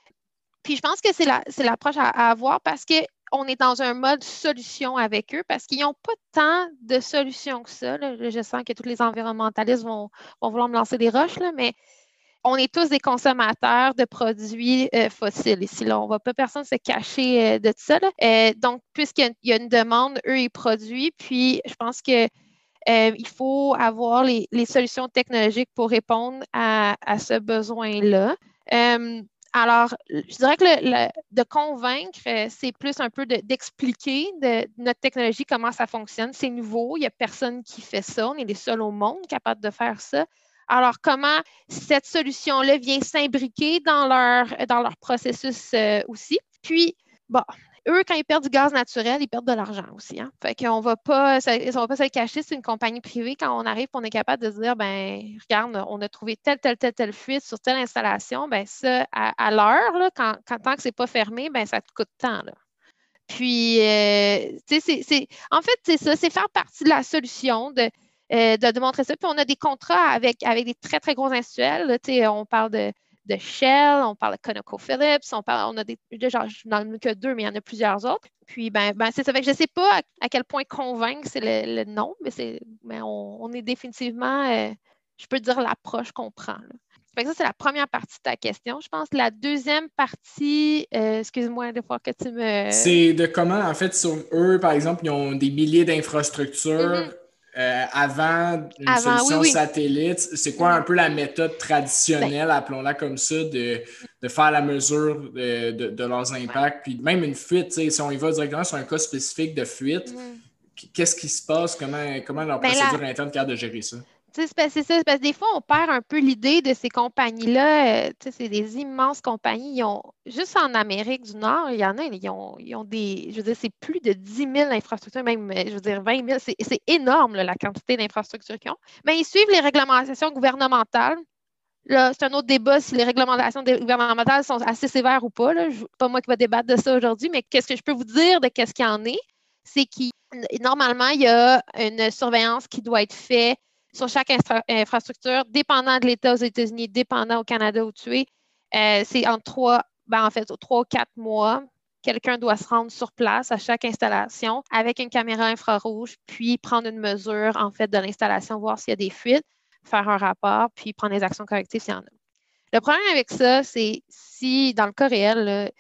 Puis je pense que c'est, la, c'est l'approche à, à avoir parce qu'on est dans un mode solution avec eux parce qu'ils n'ont pas tant de solutions que ça. Là. Je sens que tous les environnementalistes vont, vont vouloir me lancer des roches, là, mais on est tous des consommateurs de produits euh, fossiles ici. Là. On ne va pas personne se cacher euh, de ça. Là. Euh, donc, puisqu'il y a une demande, eux, ils produisent. Puis, je pense que euh, il faut avoir les, les solutions technologiques pour répondre à, à ce besoin-là. Euh, alors, je dirais que le, le, de convaincre, c'est plus un peu de, d'expliquer de, de notre technologie, comment ça fonctionne. C'est nouveau, il n'y a personne qui fait ça. On est les seuls au monde capables de faire ça. Alors, comment cette solution-là vient s'imbriquer dans leur, dans leur processus euh, aussi. Puis, bon, eux, quand ils perdent du gaz naturel, ils perdent de l'argent aussi. Hein? Fait qu'on va pas, ça, on va pas se le cacher, c'est une compagnie privée. Quand on arrive, on est capable de se dire, ben, regarde, on a trouvé telle, telle, telle, telle fuite sur telle installation, ben ça, à, à l'heure, là, quand, quand tant que c'est pas fermé, ben ça te coûte tant, là. Puis, euh, tu sais, c'est, c'est, en fait, c'est ça, c'est faire partie de la solution de, euh, de démontrer ça. Puis, on a des contrats avec, avec des très, très gros industriels. Tu sais, on parle de, de Shell, on parle de ConocoPhillips, on parle, on a des, déjà, je n'en ai que deux, mais il y en a plusieurs autres. Puis, ben, ben c'est ça. Fait que je ne sais pas à, à quel point convaincre, c'est le, le nom, mais, c'est, mais on, on est définitivement, euh, je peux dire, l'approche qu'on prend, là. Fait que ça, c'est la première partie de ta question. Je pense que la deuxième partie, euh, excuse-moi des fois que tu me... C'est de comment, en fait, sur eux, par exemple, ils ont des milliers d'infrastructures mm-hmm. euh, avant une avant, solution oui, oui. satellite. C'est quoi mm-hmm. un peu la méthode traditionnelle, ben, appelons-la comme ça, de, de faire la mesure de, de, de leurs impacts? Puis même une fuite, si on y va directement sur un cas spécifique de fuite, mm-hmm. qu'est-ce qui se passe? Comment, comment leur ben, procédure la... interne est capable de gérer ça? C'est, c'est ça, parce que des fois, on perd un peu l'idée de ces compagnies-là. Euh, c'est des immenses compagnies. Ils ont, juste en Amérique du Nord, il y en a, ils ont, ils ont des, je veux dire, c'est plus de dix mille infrastructures, même, je veux dire, vingt mille. C'est, c'est énorme, là, la quantité d'infrastructures qu'ils ont. Mais ils suivent les réglementations gouvernementales. Là, c'est un autre débat si les réglementations gouvernementales sont assez sévères ou pas. Ce n'est pas moi qui vais débattre de ça aujourd'hui, mais qu'est-ce que je peux vous dire de qu'est-ce qu'il y en est? C'est que normalement, il y a une surveillance qui doit être faite sur chaque infra- infrastructure, dépendant de l'État aux États-Unis, dépendant au Canada où tu es. Euh, c'est en trois, ben en fait, trois ou quatre mois, quelqu'un doit se rendre sur place à chaque installation avec une caméra infrarouge, puis prendre une mesure en fait de l'installation, voir s'il y a des fuites, faire un rapport, puis prendre les actions correctives s'il y en a. Le problème avec ça, c'est si, dans le cas réel, là,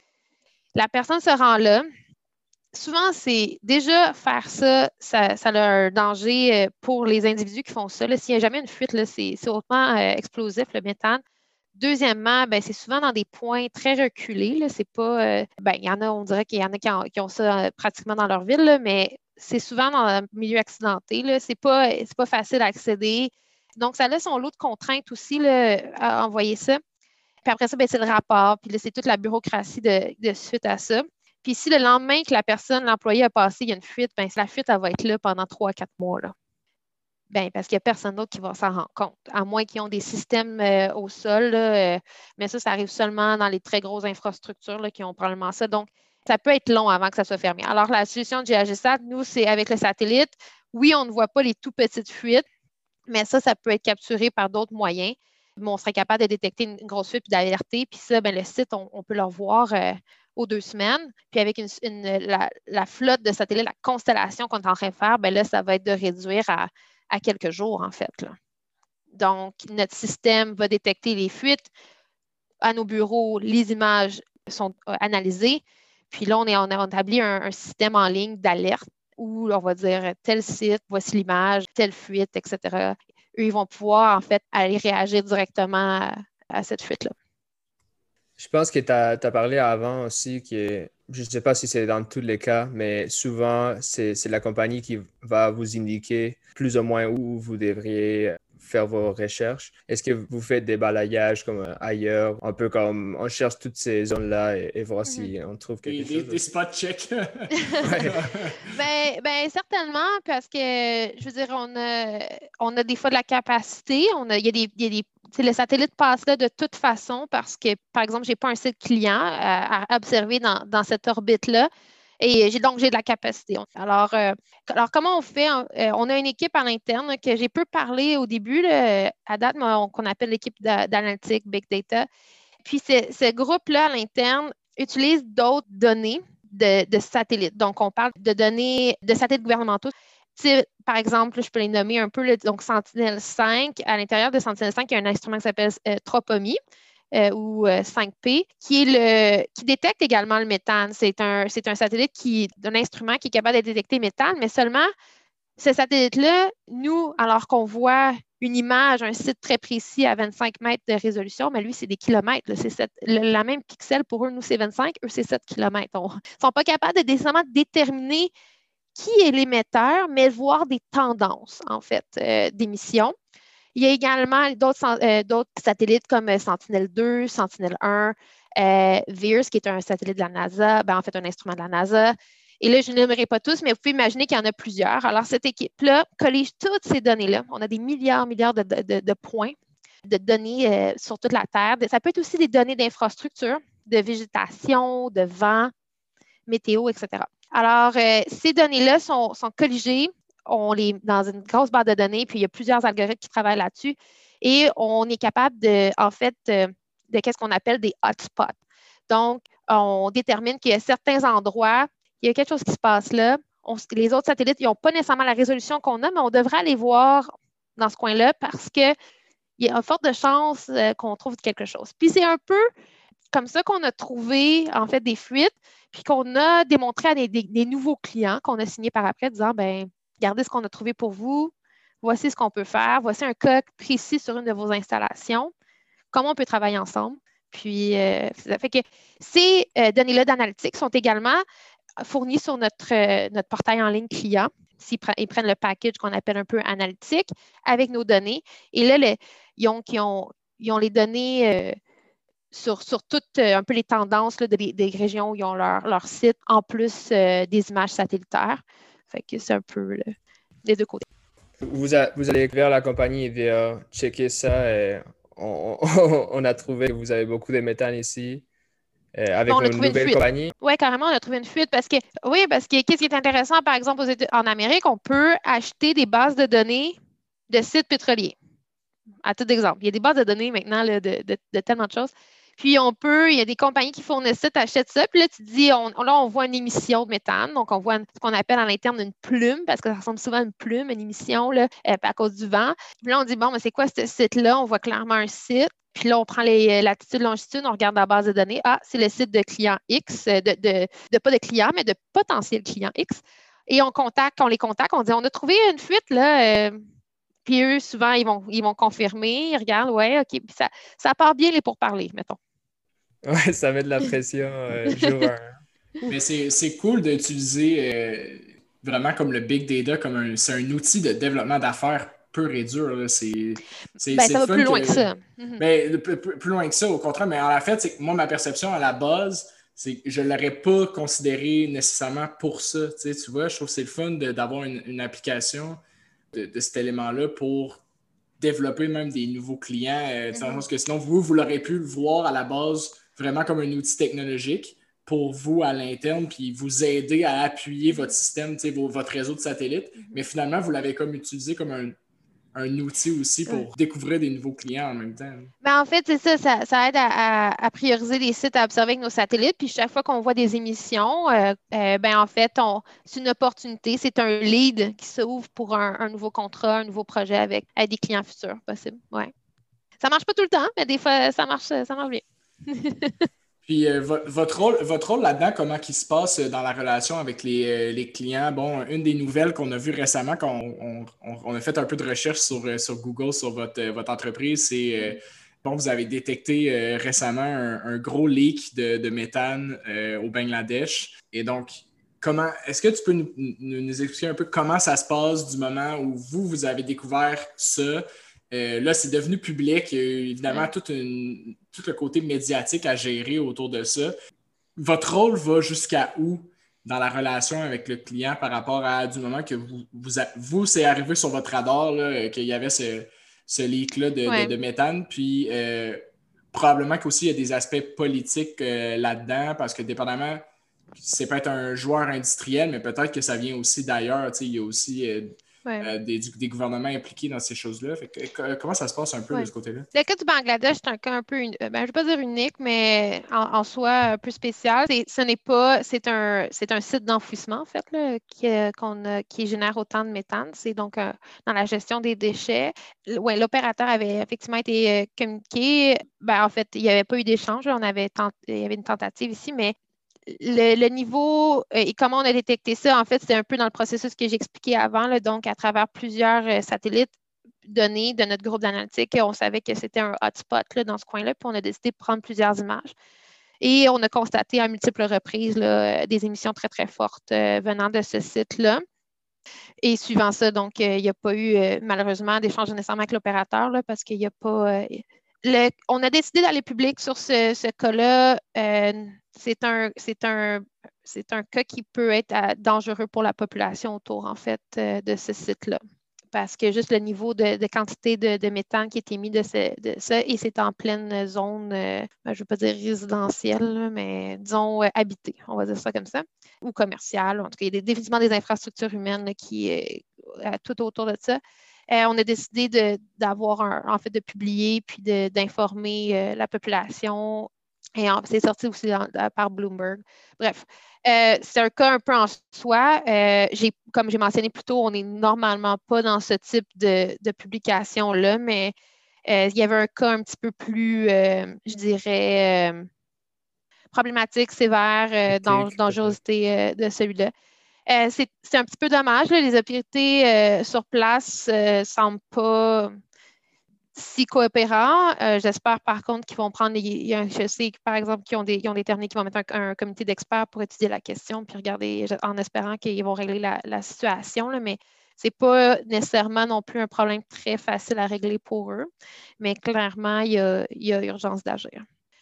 la personne se rend là, souvent, c'est déjà faire ça, ça, ça a un danger pour les individus qui font ça. Là, s'il n'y a jamais une fuite, là, c'est, c'est hautement euh, explosif, le méthane. Deuxièmement, ben, c'est souvent dans des points très reculés. Là, c'est pas, euh, ben, il y en a, on dirait qu'il y en a qui ont, qui ont ça euh, pratiquement dans leur ville, là, mais c'est souvent dans un milieu accidenté. Là, c'est pas, c'est pas facile à accéder. Donc, ça a son lot de contraintes aussi là, à envoyer ça. Puis après ça, ben, c'est le rapport. Puis là, c'est toute la bureaucratie de, de suite à ça. Puis si le lendemain que la personne, l'employé a passé, il y a une fuite, bien, la fuite, elle va être là pendant trois à quatre mois. Là. Bien, parce qu'il n'y a personne d'autre qui va s'en rendre compte, à moins qu'ils ont des systèmes euh, au sol. Là, euh, mais ça, ça arrive seulement dans les très grosses infrastructures là, qui ont probablement ça. Donc, ça peut être long avant que ça soit fermé. Alors, la solution de G H G SAT, nous, c'est avec le satellite. Oui, on ne voit pas les tout petites fuites, mais ça, ça peut être capturé par d'autres moyens. Mais on serait capable de détecter une, une grosse fuite et d'alerter. Puis ça, bien, le site, on, on peut le voir euh, aux deux semaines. Puis avec une, une, la, la flotte de satellites, la constellation qu'on est en train de faire, bien là, ça va être de réduire à, à quelques jours, en fait. Là. Donc, notre système va détecter les fuites. À nos bureaux, les images sont euh, analysées. Puis là, on, est, on a établi un, un système en ligne d'alerte où on va dire tel site, voici l'image, telle fuite, et cetera. Eux, ils vont pouvoir, en fait, aller réagir directement à, à cette fuite-là. Je pense que tu as parlé avant aussi que, je ne sais pas si c'est dans tous les cas, mais souvent, c'est la compagnie qui va vous indiquer plus ou moins où vous devriez faire vos recherches. Est-ce que vous faites des balayages comme ailleurs, un peu comme on cherche toutes ces zones-là et, et voir mm-hmm. si on trouve quelque des, chose? Des, des spot checks. Ouais. ben, ben, certainement, parce que, je veux dire, on a, on a des fois de la capacité. On a, il y a des, il y a des le satellite passe là de toute façon parce que, par exemple, je n'ai pas un site client à, à observer dans, dans cette orbite-là. Et j'ai, donc, j'ai de la capacité. Alors, euh, alors comment on fait? Euh, on a une équipe à l'interne que j'ai peu parlé au début, là, à date, qu'on appelle l'équipe d'analytique Big Data. Puis, ce, ce groupe-là à l'interne utilise d'autres données de, de satellites. Donc, on parle de données de satellites gouvernementaux. T'sais, par exemple, je peux les nommer un peu, là, donc Sentinel cinq. À l'intérieur de Sentinel cinq, il y a un instrument qui s'appelle euh, Tropomi euh, ou euh, cinq P, qui, est le, qui détecte également le méthane. C'est un, c'est un satellite qui, un instrument qui est capable de détecter le méthane, mais seulement ce satellite-là, nous, alors qu'on voit une image, un site très précis à vingt-cinq mètres de résolution, mais lui, c'est des kilomètres. C'est sept, le, la même pixel pour eux, nous, c'est vingt-cinq, eux, c'est sept kilomètres. Ils ne sont pas capables de nécessairement déterminer qui est l'émetteur, mais voir des tendances, en fait, euh, d'émissions. Il y a également d'autres euh, d'autres satellites comme euh, Sentinel deux, Sentinel un, euh, VIRS, qui est un satellite de la NASA, ben, en fait, un instrument de la NASA. Et là, je ne nommerai pas tous, mais vous pouvez imaginer qu'il y en a plusieurs. Alors, cette équipe-là collige toutes ces données-là. On a des milliards, milliards de, de, de points de données euh, sur toute la Terre. Ça peut être aussi des données d'infrastructure, de végétation, de vent, météo, et cetera. Alors, euh, ces données-là sont, sont colligées on les dans une grosse base de données, puis il y a plusieurs algorithmes qui travaillent là-dessus, et on est capable de, en fait, de, de qu'est-ce qu'on appelle des hotspots. Donc, on détermine qu'il y a certains endroits, il y a quelque chose qui se passe là. On, les autres satellites, ils n'ont pas nécessairement la résolution qu'on a, mais on devrait aller voir dans ce coin-là parce qu'il y a une forte chance euh, qu'on trouve quelque chose. Puis c'est un peu comme ça qu'on a trouvé, en fait, des fuites, puis qu'on a démontré à des, des, des nouveaux clients qu'on a signés par après, disant, ben regardez ce qu'on a trouvé pour vous, voici ce qu'on peut faire, voici un cas précis sur une de vos installations, comment on peut travailler ensemble. Puis, euh, ça fait que ces euh, données-là d'analytique sont également fournies sur notre, euh, notre portail en ligne client. S'ils pre- ils prennent le package qu'on appelle un peu analytique avec nos données. Et là, le, ils, ont, ils, ont, ils ont les données euh, sur, sur toutes euh, un peu les tendances là, de, des régions où ils ont leur, leur site, en plus euh, des images satellitaires. Fait que c'est un peu le, les deux côtés. Vous, a, vous allez vers la compagnie et dire checker ça et on, on, on a trouvé que vous avez beaucoup de méthane ici euh, avec on une nouvelle une compagnie. Oui, carrément, on a trouvé une fuite parce que, oui, parce que qu'est-ce qui est intéressant, par exemple, aux États, en Amérique, on peut acheter des bases de données de sites pétroliers. À titre d'exemple, il y a des bases de données maintenant là, de, de, de tellement de choses. Puis on peut, il y a des compagnies qui fournissent ça, tu achètes ça, puis là, tu te dis, on, là, on voit une émission de méthane, donc on voit ce qu'on appelle à l'interne une plume, parce que ça ressemble souvent à une plume, une émission, là, euh, à cause du vent. Puis là, on dit, bon, mais c'est quoi ce site-là? On voit clairement un site. Puis là, on prend les latitudes, longitudes, on regarde la base de données. Ah, c'est le site de client X, de, de, de pas de client, mais de potentiel client X. Et on contacte, on les contacte, on dit, on a trouvé une fuite, là. Euh, Puis eux, souvent, ils vont, ils vont confirmer, ils regardent, ouais, OK. Puis ça, ça part bien les pourparlers, mettons. Ouais, ça met de la pression euh, jour un. Mais c'est cool d'utiliser euh, vraiment comme le big data, comme un, c'est un outil de développement d'affaires pur et dur. C'est, ben, ça va plus loin que, que ça. Ben, plus, plus loin que ça, au contraire. Mais en fait, c'est que moi, ma perception à la base, c'est que je ne l'aurais pas considéré nécessairement pour ça. Tu vois, je trouve que c'est le fun d'avoir une, une application de, de cet élément-là pour développer même des nouveaux clients. Euh, mm-hmm. Dans le sens que sinon, vous, vous l'aurez pu le voir à la base vraiment comme un outil technologique pour vous à l'interne, puis vous aider à appuyer mm-hmm. votre système, vos, votre réseau de satellites. Mm-hmm. Mais finalement, vous l'avez comme utilisé comme un, un outil aussi pour ouais. découvrir des nouveaux clients en même temps. Ben en fait, c'est ça, ça, ça aide à, à, à prioriser les sites à observer avec nos satellites. Puis chaque fois qu'on voit des émissions, euh, euh, ben en fait, on, c'est une opportunité, c'est un lead qui s'ouvre pour un, un nouveau contrat, un nouveau projet avec, avec des clients futurs possibles. Ouais. Ça marche pas tout le temps, mais des fois, ça marche, ça marche bien. Puis euh, vo- votre rôle, votre rôle là-dedans, comment il se passe dans la relation avec les, euh, les clients? Bon, une des nouvelles qu'on a vues récemment, quand on, on- on a fait un peu de recherche sur, euh, sur Google, sur votre, euh, votre entreprise, c'est, euh, bon, vous avez détecté euh, récemment un, un gros leak de, de méthane euh, au Bangladesh. Et donc, comment, est-ce que tu peux nous, nous- nous expliquer un peu comment ça se passe du moment où vous, vous avez découvert ça? Euh, là, c'est devenu public. Il y a eu évidemment Ouais. toute une- tout le côté médiatique à gérer autour de ça. Votre rôle va jusqu'à où dans la relation avec le client par rapport à du moment que vous, vous, a- vous c'est arrivé sur votre radar là, euh, qu'il y avait ce, ce leak-là de, de- Ouais. de méthane, puis euh, probablement qu'aussi il y a des aspects politiques euh, là-dedans, parce que dépendamment, c'est peut-être un joueur industriel, mais peut-être que ça vient aussi d'ailleurs. Tu sais, il y a aussi euh, Ouais. euh, des, des gouvernements impliqués dans ces choses-là. Fait que, que- comment ça se passe un peu de Ouais. ce côté-là? Le cas du Bangladesh, c'est un cas un peu, uni- euh, ben, je ne vais pas dire unique, mais en, en soi un peu spécial. C'est- ce n'est pas, c'est un, c'est un site d'enfouissement, en fait, là, qui, euh, qu'on a- qui génère autant de méthane. C'est donc euh, dans la gestion des déchets. L- ouais, l'opérateur avait effectivement été euh, communiqué. Ben, en fait, il n'y avait pas eu d'échange. On avait tent- il y avait une tentative ici, mais le, le niveau euh, et comment on a détecté ça, en fait, c'était un peu dans le processus que j'expliquais avant, là, donc à travers plusieurs euh, satellites données de notre groupe d'analytique. On savait que c'était un hotspot là, dans ce coin-là, puis on a décidé de prendre plusieurs images. Et on a constaté à multiples reprises là, des émissions très, très fortes euh, venant de ce site-là. Et suivant ça, donc, euh, il n'y a pas eu euh, malheureusement d'échange nécessairement avec l'opérateur là, parce qu'il n'y a pas. Euh, le, on a décidé d'aller public sur ce, ce cas-là. Euh, c'est un, c'est un, c'est un cas qui peut être euh, dangereux pour la population autour, en fait, euh, de ce site-là. Parce que juste le niveau de, de quantité de, de méthane qui est émis de, ce, de ça, et c'est en pleine zone, euh, je ne veux pas dire résidentielle, là, mais disons euh, habitée, on va dire ça comme ça, ou commerciale. En tout cas, il y a des, définitivement des infrastructures humaines là, qui euh, tout autour de ça. Euh, on a décidé de, d'avoir un, en fait, de publier puis de, d'informer euh, la population. Et en, c'est sorti aussi en, par Bloomberg. Bref, euh, c'est un cas un peu en soi. Euh, j'ai, comme j'ai mentionné plus tôt, on n'est normalement pas dans ce type de, de publication-là, mais euh, il y avait un cas un petit peu plus, euh, je dirais, euh, problématique, sévère, euh, dang- Critique, peut-être. dangerosité euh, de celui-là. Euh, c'est, c'est un petit peu dommage, là, les autorités euh, sur place ne euh, semblent pas si coopérants. Euh, j'espère par contre qu'ils vont prendre les. Il y a un- je sais par exemple qu'ils ont, des, ils ont déterminé qu'ils vont mettre un, un comité d'experts pour étudier la question puis regarder en espérant qu'ils vont régler la, la situation. Là, mais ce n'est pas nécessairement non plus un problème très facile à régler pour eux. Mais clairement, il y a, il y a urgence d'agir.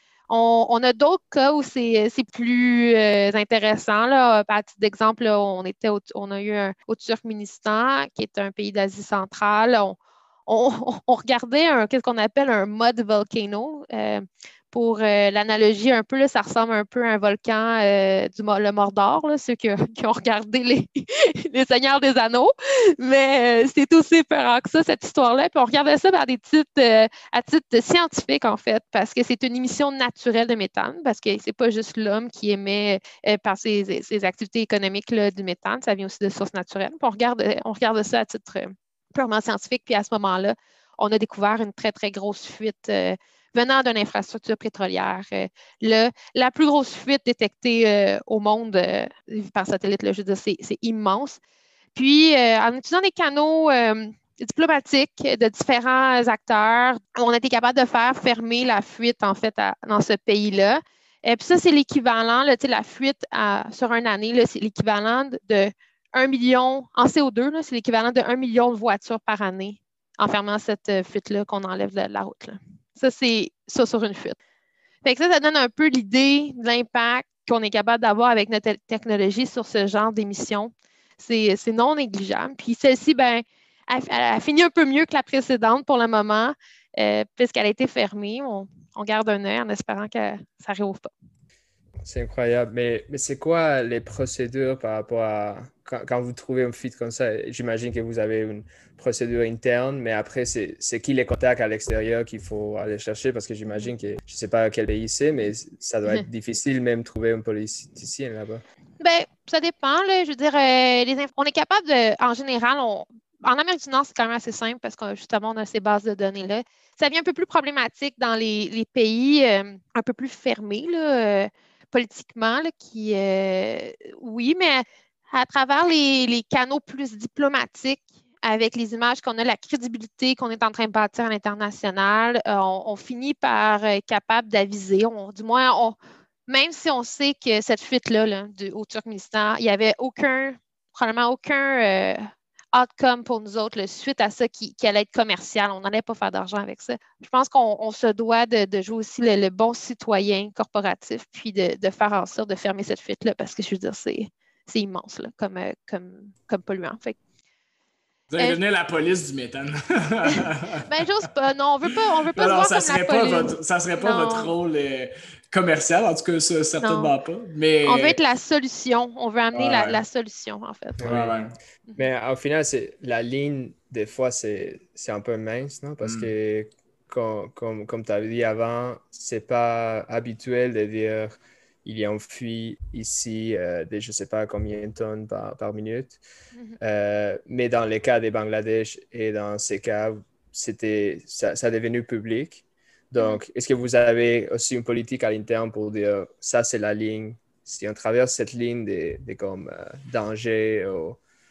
On, on a d'autres cas où c'est, c'est plus euh, intéressant. Là. À titre d'exemple, là, on, était au- on a eu un, au Turkménistan, qui est un pays d'Asie centrale. On, on, on regardait un, qu'est-ce qu'on appelle un mud volcano. Euh, pour euh, l'analogie, un peu, là, ça ressemble un peu à un volcan euh, du le Mordor, là, ceux qui, qui ont regardé les, les Seigneurs des Anneaux. Mais euh, c'est aussi épeurant que ça, cette histoire-là. Puis on regardait ça par des titres, euh, à titre scientifique, en fait, parce que c'est une émission naturelle de méthane, parce que c'est pas juste l'homme qui émet euh, par ses, ses activités économiques là, du méthane, ça vient aussi de sources naturelles. Puis on regarde, on regarde ça à titre euh, purement scientifique. Puis à ce moment-là, on a découvert une très, très grosse fuite euh, venant d'une infrastructure pétrolière. Euh, le, la plus grosse fuite détectée euh, au monde euh, par satellite, là, je veux dire, c'est, c'est immense. Puis, euh, en utilisant des canaux euh, diplomatiques de différents acteurs, on a été capable de faire fermer la fuite, en fait, à, dans ce pays-là. Et puis ça, c'est l'équivalent, là, la fuite à, sur une année, là, c'est l'équivalent de un million en C O deux, là, c'est l'équivalent de un million de voitures par année en fermant cette euh, fuite-là qu'on enlève de la route. Là. Ça, c'est ça sur une fuite. Fait que ça, ça donne un peu l'idée de l'impact qu'on est capable d'avoir avec notre technologie sur ce genre d'émissions. C'est, c'est non négligeable. Puis celle-ci, ben, elle, elle a fini un peu mieux que la précédente pour le moment, euh, puisqu'elle a été fermée. On, on garde un œil en espérant que ça ne réouvre pas. C'est incroyable. Mais, mais c'est quoi les procédures par rapport à quand, quand vous trouvez un feed comme ça? J'imagine que vous avez une procédure interne, mais après, c'est, c'est qui les contacts à l'extérieur qu'il faut aller chercher? Parce que j'imagine que je ne sais pas quel pays c'est, mais ça doit être difficile même de trouver un politicien là-bas. Ben, ça dépend. Là. Je veux dire, euh, les inf- on est capable de, en général, on, en Amérique du Nord, c'est quand même assez simple parce que justement, on a ces bases de données-là. Ça devient un peu plus problématique dans les, les pays euh, un peu plus fermés, là, euh, politiquement, là, qui, euh, oui, mais à travers les, les canaux plus diplomatiques, avec les images qu'on a, la crédibilité qu'on est en train de bâtir à l'international, euh, on, on finit par être capable d'aviser. On, du moins, on, même si on sait que cette fuite-là, là, du, au Turkménistan, il n'y avait aucun, probablement aucun euh, outcome pour nous autres, là, suite à ça qui, qui allait être commercial. On n'allait pas faire d'argent avec ça. Je pense qu'on on se doit de, de jouer aussi le, le bon citoyen corporatif, puis de, de faire en sorte de fermer cette fuite-là, parce que je veux dire, c'est, c'est immense là, comme, euh, comme, comme polluant. Fait Vous allez euh, devenir la police du méthane. Ben, j'ose pas. Non, on veut pas, on veut pas non, se non, voir ça comme serait la pas police. Votre, ça serait pas non. votre rôle euh, commercial, en tout cas, ça, certainement non. pas. Mais... On veut être la solution. On veut amener ouais. la, la solution, en fait. Ouais, ouais. Mm-hmm. Mais au final, c'est, la ligne, des fois, c'est, c'est un peu mince, non? Parce mm. que, comme, comme, comme tu avais dit avant, c'est pas habituel de dire il y a une fuite ici euh, de je ne sais pas combien de tonnes par, par minute. Mm-hmm. Euh, mais dans les cas des Bangladesh et dans ces cas, c'était, ça, ça est devenu public. Donc, mm-hmm. est-ce que vous avez aussi une politique à l'interne pour dire ça, c'est la ligne? Si on traverse cette ligne des, des comme, euh, dangers ou,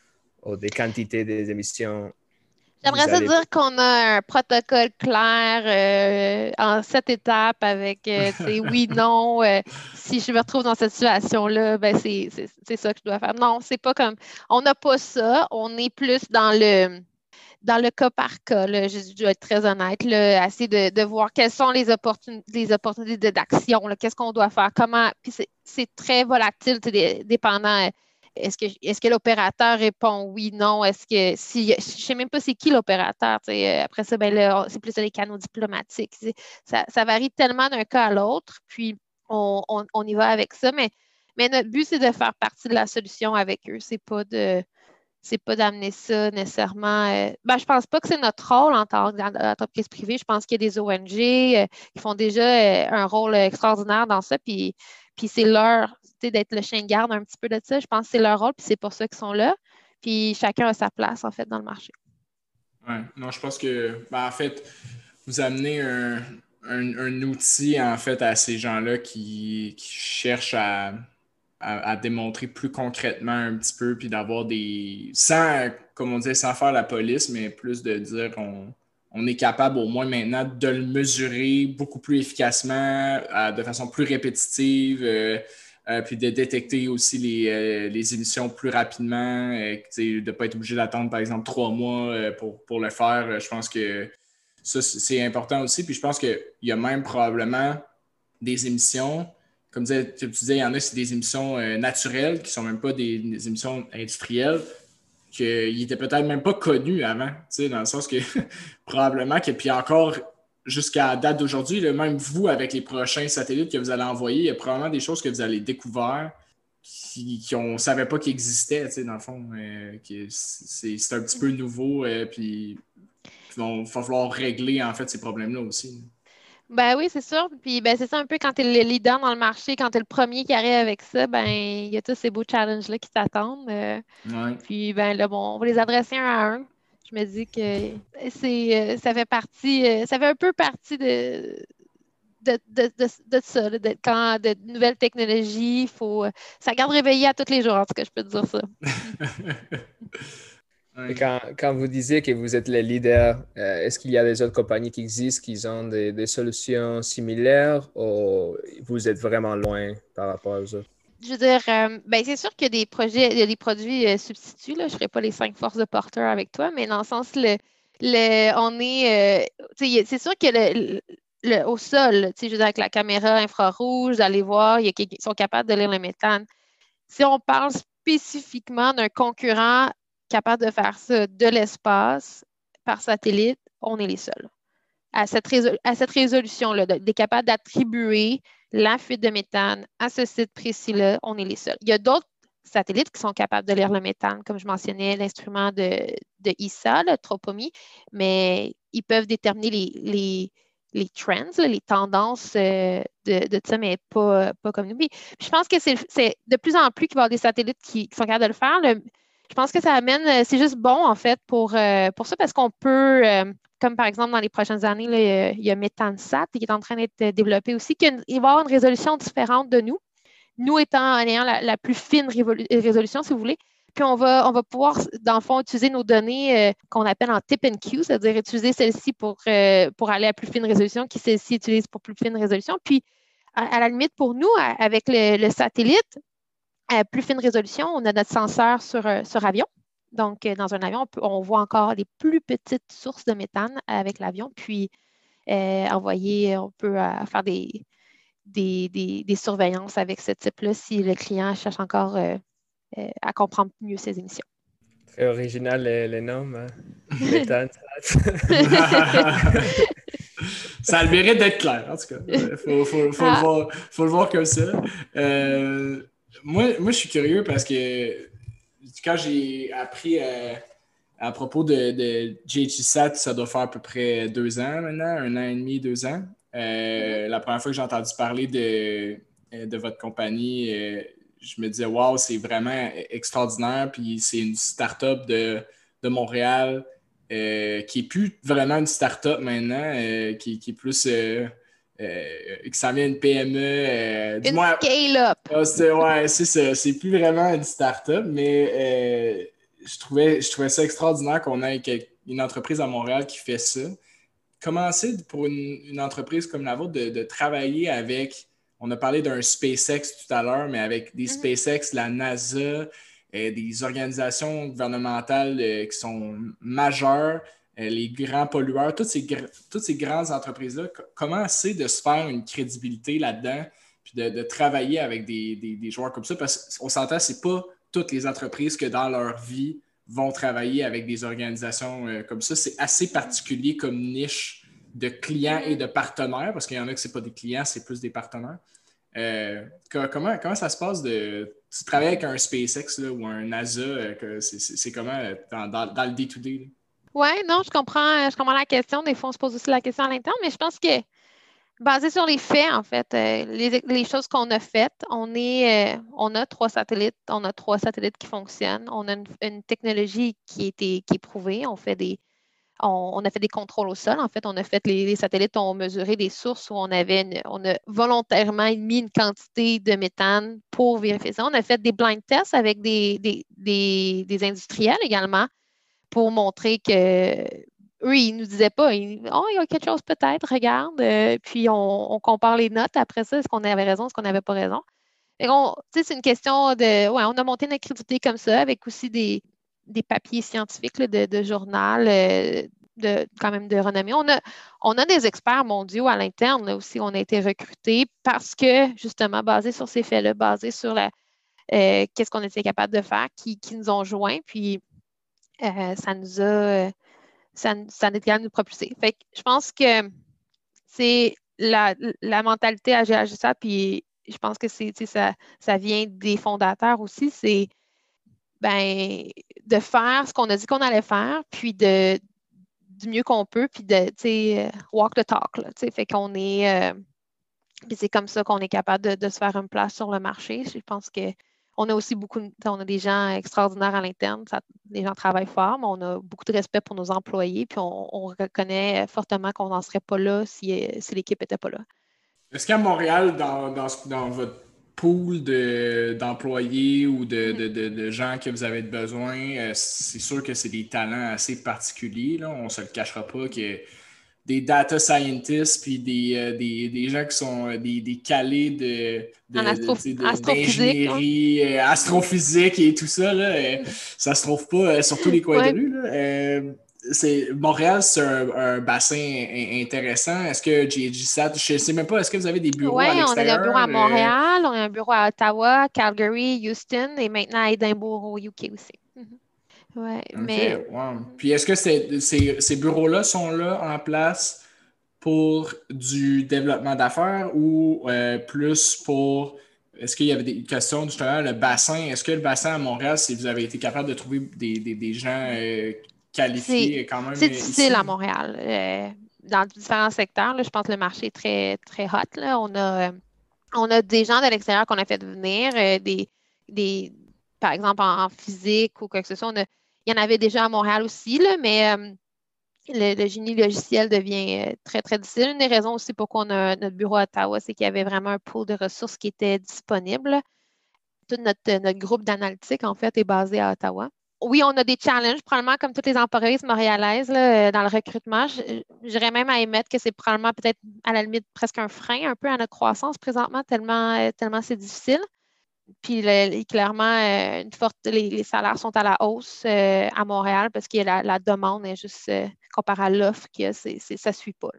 ou des quantités des émissions, j'aimerais ça allez... dire qu'on a un protocole clair euh, en sept étapes avec euh, oui, non. Euh, si je me retrouve dans cette situation-là, ben c'est, c'est, c'est ça que je dois faire. Non, c'est pas comme. On n'a pas ça. On est plus dans le. Dans le cas par cas, là, je, je dois être très honnête, là, essayer de, de voir quelles sont les, opportun- les opportunités d'action, là, qu'est-ce qu'on doit faire, comment. Puis c'est, c'est très volatile, dépendant. Est-ce que, est-ce que l'opérateur répond oui, non? Est-ce que si. Je ne sais même pas c'est qui l'opérateur. Après ça, ben là, c'est plus des canaux diplomatiques. Ça, ça varie tellement d'un cas à l'autre. Puis on, on, on y va avec ça. Mais, mais notre but, c'est de faire partie de la solution avec eux. C'est pas de. C'est pas d'amener ça nécessairement. Euh... Ben, je pense pas que c'est notre rôle en tant qu'entreprise privée. Je pense qu'il y a des O N G euh, qui font déjà euh, un rôle extraordinaire dans ça. Puis, puis c'est leur, tu sais, d'être le chien de garde un petit peu de ça. Je pense que c'est leur rôle, puis c'est pour ça qu'ils sont là. Puis chacun a sa place, en fait, dans le marché. Oui, non, je pense que, ben, en fait, vous amenez un, un, un outil, en fait, à ces gens-là qui, qui cherchent à. À, à démontrer plus concrètement un petit peu, puis d'avoir des... Sans, comme on dit, sans faire la police, mais plus de dire on, on est capable au moins maintenant de le mesurer beaucoup plus efficacement, euh, de façon plus répétitive, euh, euh, puis de détecter aussi les, euh, les émissions plus rapidement, euh, de ne pas être obligé d'attendre, par exemple, trois mois euh, pour, pour le faire. Je pense que ça, c'est important aussi. Puis je pense qu'il y a même probablement des émissions... Comme tu disais, il y en a, c'est des émissions euh, naturelles qui ne sont même pas des, des émissions industrielles, qui n'étaient peut-être même pas connues avant, dans le sens que probablement que, puis encore jusqu'à la date d'aujourd'hui, là, même vous, avec les prochains satellites que vous allez envoyer, il y a probablement des choses que vous allez découvrir qui, qu'on ne savait pas qu'ils existaient, dans le fond. Euh, que c'est, c'est un petit peu nouveau, euh, puis il va falloir régler en fait ces problèmes-là aussi. Ben oui, c'est sûr. Puis ben, c'est ça un peu quand tu es le leader dans le marché, quand tu es le premier qui arrive avec ça, ben il y a tous ces beaux challenges-là qui t'attendent. Euh, ouais. Puis ben là, bon, on va les adresser un à un. Je me dis que c'est, ça fait partie, ça fait un peu partie de, de, de, de, de ça, de, quand de nouvelles technologies, faut, ça garde réveillé à tous les jours, en tout cas, je peux te dire ça. Et quand, quand vous disiez que vous êtes les leaders, euh, est-ce qu'il y a des autres compagnies qui existent, qui ont des, des solutions similaires ou vous êtes vraiment loin par rapport aux autres? Je veux dire, euh, ben, c'est sûr qu'il y a des projets, il y a des produits euh, substituts. Là. Je ne ferai pas les cinq forces de Porter avec toi, mais dans le sens, le, le, on est. Euh, c'est sûr que le, le, au sol, je veux dire, avec la caméra infrarouge, d'aller voir, il y a, ils sont capables de lire le méthane. Si on parle spécifiquement d'un concurrent capable de faire ça de l'espace par satellite, on est les seuls. À cette, résol- à cette résolution-là, d'être capable d'attribuer la fuite de méthane à ce site précis-là, on est les seuls. Il y a d'autres satellites qui sont capables de lire le méthane, comme je mentionnais, l'instrument de, de I S A, le Tropomi, mais ils peuvent déterminer les, les, les trends, là, les tendances euh, de, de ça, mais pas, pas comme nous. Puis, je pense que c'est, c'est de plus en plus qu'il va y avoir des satellites qui, qui sont capables de le faire. Le, je pense que ça amène, c'est juste bon, en fait, pour, euh, pour ça, parce qu'on peut, euh, comme par exemple, dans les prochaines années, là, il y a MéthaneSat qui est en train d'être développé aussi, qu'il va y avoir une résolution différente de nous, nous étant en ayant la, la plus fine révolu- résolution, si vous voulez. Puis on va, on va pouvoir, dans le fond, utiliser nos données euh, qu'on appelle en tip and queue, c'est-à-dire utiliser celle-ci pour, euh, pour aller à plus fine résolution, qui celle-ci utilise pour plus fine résolution. Puis, à, à la limite, pour nous, à- avec le, le satellite, à plus fine résolution, on a notre senseur sur, euh, sur avion. Donc, euh, dans un avion, on, peut- on voit encore les plus petites sources de méthane avec l'avion. Puis, euh, envoyer, on peut euh, faire des, des, des- des surveillances avec ce type-là si le client cherche encore euh, euh, à comprendre mieux ses émissions. Très original, les, les noms. Hein? Méthane, Ça a le mérite d'être clair, en tout cas. Il faut, faut, faut, Ah. le voir, faut le voir comme ça. Euh, moi, moi, je suis curieux parce que quand j'ai appris euh, à propos de, de J H G Sat, ça doit faire à peu près deux ans maintenant, un an et demi, deux ans. Euh, mm-hmm. La première fois que j'ai entendu parler de, de votre compagnie, euh, je me disais, waouh, c'est vraiment extraordinaire. Puis c'est une start-up de, de Montréal. Euh, qui n'est plus vraiment une start-up maintenant, euh, qui, qui est plus euh, euh, qui s'en vient une P M E. Euh, une scale-up. Ah, c'est, ouais, c'est ça. C'est plus vraiment une start-up, mais euh, je, trouvais, je trouvais ça extraordinaire qu'on ait une entreprise à Montréal qui fait ça. Comment c'est pour une, une entreprise comme la vôtre de, de travailler avec, on a parlé d'un SpaceX tout à l'heure, mais avec des mm-hmm. SpaceX, la NASA, Euh, des organisations gouvernementales euh, qui sont majeures, euh, les grands pollueurs, toutes ces, gr- toutes ces grandes entreprises-là, c- comment c'est de se faire une crédibilité là-dedans, puis de, de travailler avec des, des, des joueurs comme ça? Parce qu'on s'entend, c'est pas toutes les entreprises que dans leur vie vont travailler avec des organisations euh, comme ça. C'est assez particulier comme niche de clients et de partenaires, parce qu'il y en a que c'est pas des clients, c'est plus des partenaires. Euh, comment, comment ça se passe de tu travailles avec un SpaceX là, ou un NASA, euh, que c'est, c'est, c'est comment euh, dans, dans, dans le day-to-day? Oui, non, je comprends, je comprends la question. Des fois, on se pose aussi la question à l'interne, mais je pense que basé sur les faits, en fait, euh, les, les choses qu'on a faites, on est, euh, on a trois satellites, on a trois satellites qui fonctionnent, on a une, une technologie qui a été, qui est prouvée, on fait des On, on a fait des contrôles au sol. En fait, on a fait les, les satellites ont mesuré des sources où on avait une- on a volontairement mis une quantité de méthane pour vérifier ça. On a fait des blind tests avec des, des, des, des industriels également pour montrer que eux, ils ne nous disaient pas, ils, oh, il y a quelque chose peut-être, regarde. Euh, puis on, on compare les notes après ça, est-ce qu'on avait raison, est-ce qu'on n'avait pas raison. Et on, c'est une question de. Ouais, on a monté notre crédibilité comme ça, avec aussi des, des papiers scientifiques là, de, de journal, euh, de, quand même de renommée. On a, on a des experts mondiaux à l'interne là, aussi. On a été recrutés parce que, justement, basé sur ces faits-là, basé sur la, euh, qu'est-ce qu'on était capable de faire, qui, qui nous ont joints. Puis, euh, ça nous a. Ça, ça a été capable de nous propulser. Fait que je pense que c'est la, la mentalité à G H G S A T, puis je pense que c'est, ça, ça vient des fondateurs aussi, c'est ben, de faire ce qu'on a dit qu'on allait faire, puis de, du mieux qu'on peut, puis de, tu sais, walk the talk, là, tu sais, fait qu'on est, euh, puis c'est comme ça qu'on est capable de, de se faire une place sur le marché. Je pense que on a aussi beaucoup, on a des gens extraordinaires à l'interne, ça, les gens travaillent fort, mais on a beaucoup de respect pour nos employés, puis on, on reconnaît fortement qu'on n'en serait pas là si, si l'équipe n'était pas là. Est-ce qu'à Montréal, dans, dans, dans votre pool de, d'employés ou de, de, de, de gens que vous avez besoin, euh, c'est sûr que c'est des talents assez particuliers, là. On ne se le cachera pas que des data scientists puis des, euh, des, des gens qui sont euh, des, des calés de, de, en astro- de, de, astrophysique, d'ingénierie, ouais. euh, astrophysique et tout ça, là, euh, ça se trouve pas euh, sur tous les coins ouais. de rue. Là. Euh, c'est, Montréal, c'est un, un bassin intéressant. Est-ce que J H G S A T, je ne sais même pas, est-ce que vous avez des bureaux ouais, à l'extérieur? On a un bureau à Montréal, euh... on a un bureau à Ottawa, Calgary, Houston et maintenant à Édimbourg au U K aussi. Mm-hmm. Ouais, OK, mais... wow. Puis est-ce que c'est, c'est, ces bureaux-là sont là en place pour du développement d'affaires ou euh, plus pour... Est-ce qu'il y avait des questions, justement, le bassin? Est-ce que le bassin à Montréal, si vous avez été capable de trouver des, des, des gens euh, qualifiés c'est, quand même c'est ici? difficile à Montréal. Euh, dans différents secteurs, là, je pense que le marché est très, très hot. Là. On a, euh, on a des gens de l'extérieur qu'on a fait venir, euh, des, des, par exemple en, en physique ou quoi que ce soit. On a, il y en avait déjà à Montréal aussi, là, mais euh, le, le génie logiciel devient euh, très, très difficile. Une des raisons aussi pourquoi on a notre bureau à Ottawa, c'est qu'il y avait vraiment un pool de ressources qui était disponible. Tout notre, notre groupe d'analytique, en fait, est basé à Ottawa. Oui, on a des challenges, probablement comme toutes les entreprises montréalaises là, dans le recrutement. J'irais même à émettre que c'est probablement peut-être à la limite presque un frein un peu à notre croissance présentement, tellement, euh, tellement c'est difficile. Puis le, clairement, euh, une forte, les, les salaires sont à la hausse euh, à Montréal parce que la, la demande est juste euh, comparée à l'offre, que c'est, c'est, ça ne suit pas. Là.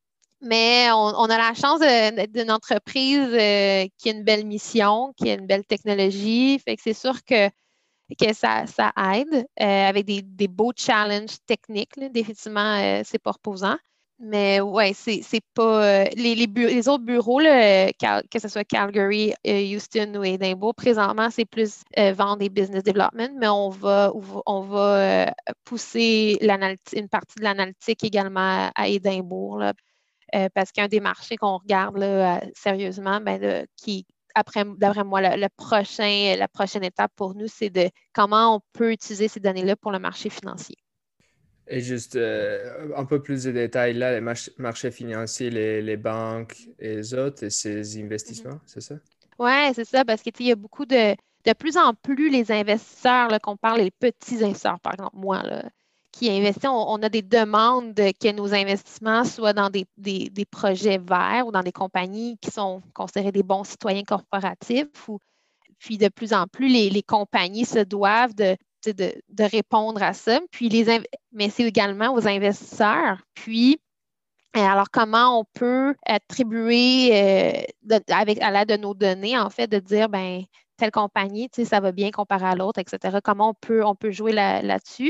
Mais on, on, a la chance d'être d'une entreprise euh, qui a une belle mission, qui a une belle technologie. Fait que c'est sûr que que ça, ça aide euh, avec des, des beaux challenges techniques. Là. Définitivement, euh, c'est pas reposant. Mais ouais, c'est, c'est pas. Euh, les, les, bu- les autres bureaux, là, Cal- que ce soit Calgary, euh, Houston ou Édimbourg, présentement, c'est plus euh, vendre des business development, mais on va, on va euh, pousser une partie de l'analytique également à Édimbourg, là, euh, parce qu'un des marchés qu'on regarde là, euh, sérieusement, ben, là, qui, après, d'après moi, le, le prochain, la prochaine étape pour nous, c'est de comment on peut utiliser ces données-là pour le marché financier. Et juste euh, un peu plus de détails là, les march- marchés financiers, les, les banques et les autres, et ces investissements, Mm-hmm. c'est ça? Oui, c'est ça, parce qu'il y a beaucoup de, de plus en plus les investisseurs, là, qu'on parle, les petits investisseurs, par exemple, moi, là, qui investissent, on, on a des demandes que nos investissements soient dans des, des, des projets verts ou dans des compagnies qui sont considérées des bons citoyens corporatifs. Ou, puis de plus en plus, les, les compagnies se doivent de, de, de répondre à ça. Puis les, mais c'est également aux investisseurs. Puis alors, comment on peut attribuer euh, de- avec, à l'aide de nos données, en fait, de dire, ben, telle compagnie, tu sais, ça va bien comparé à l'autre, et cetera. Comment on peut, on peut jouer là, là-dessus?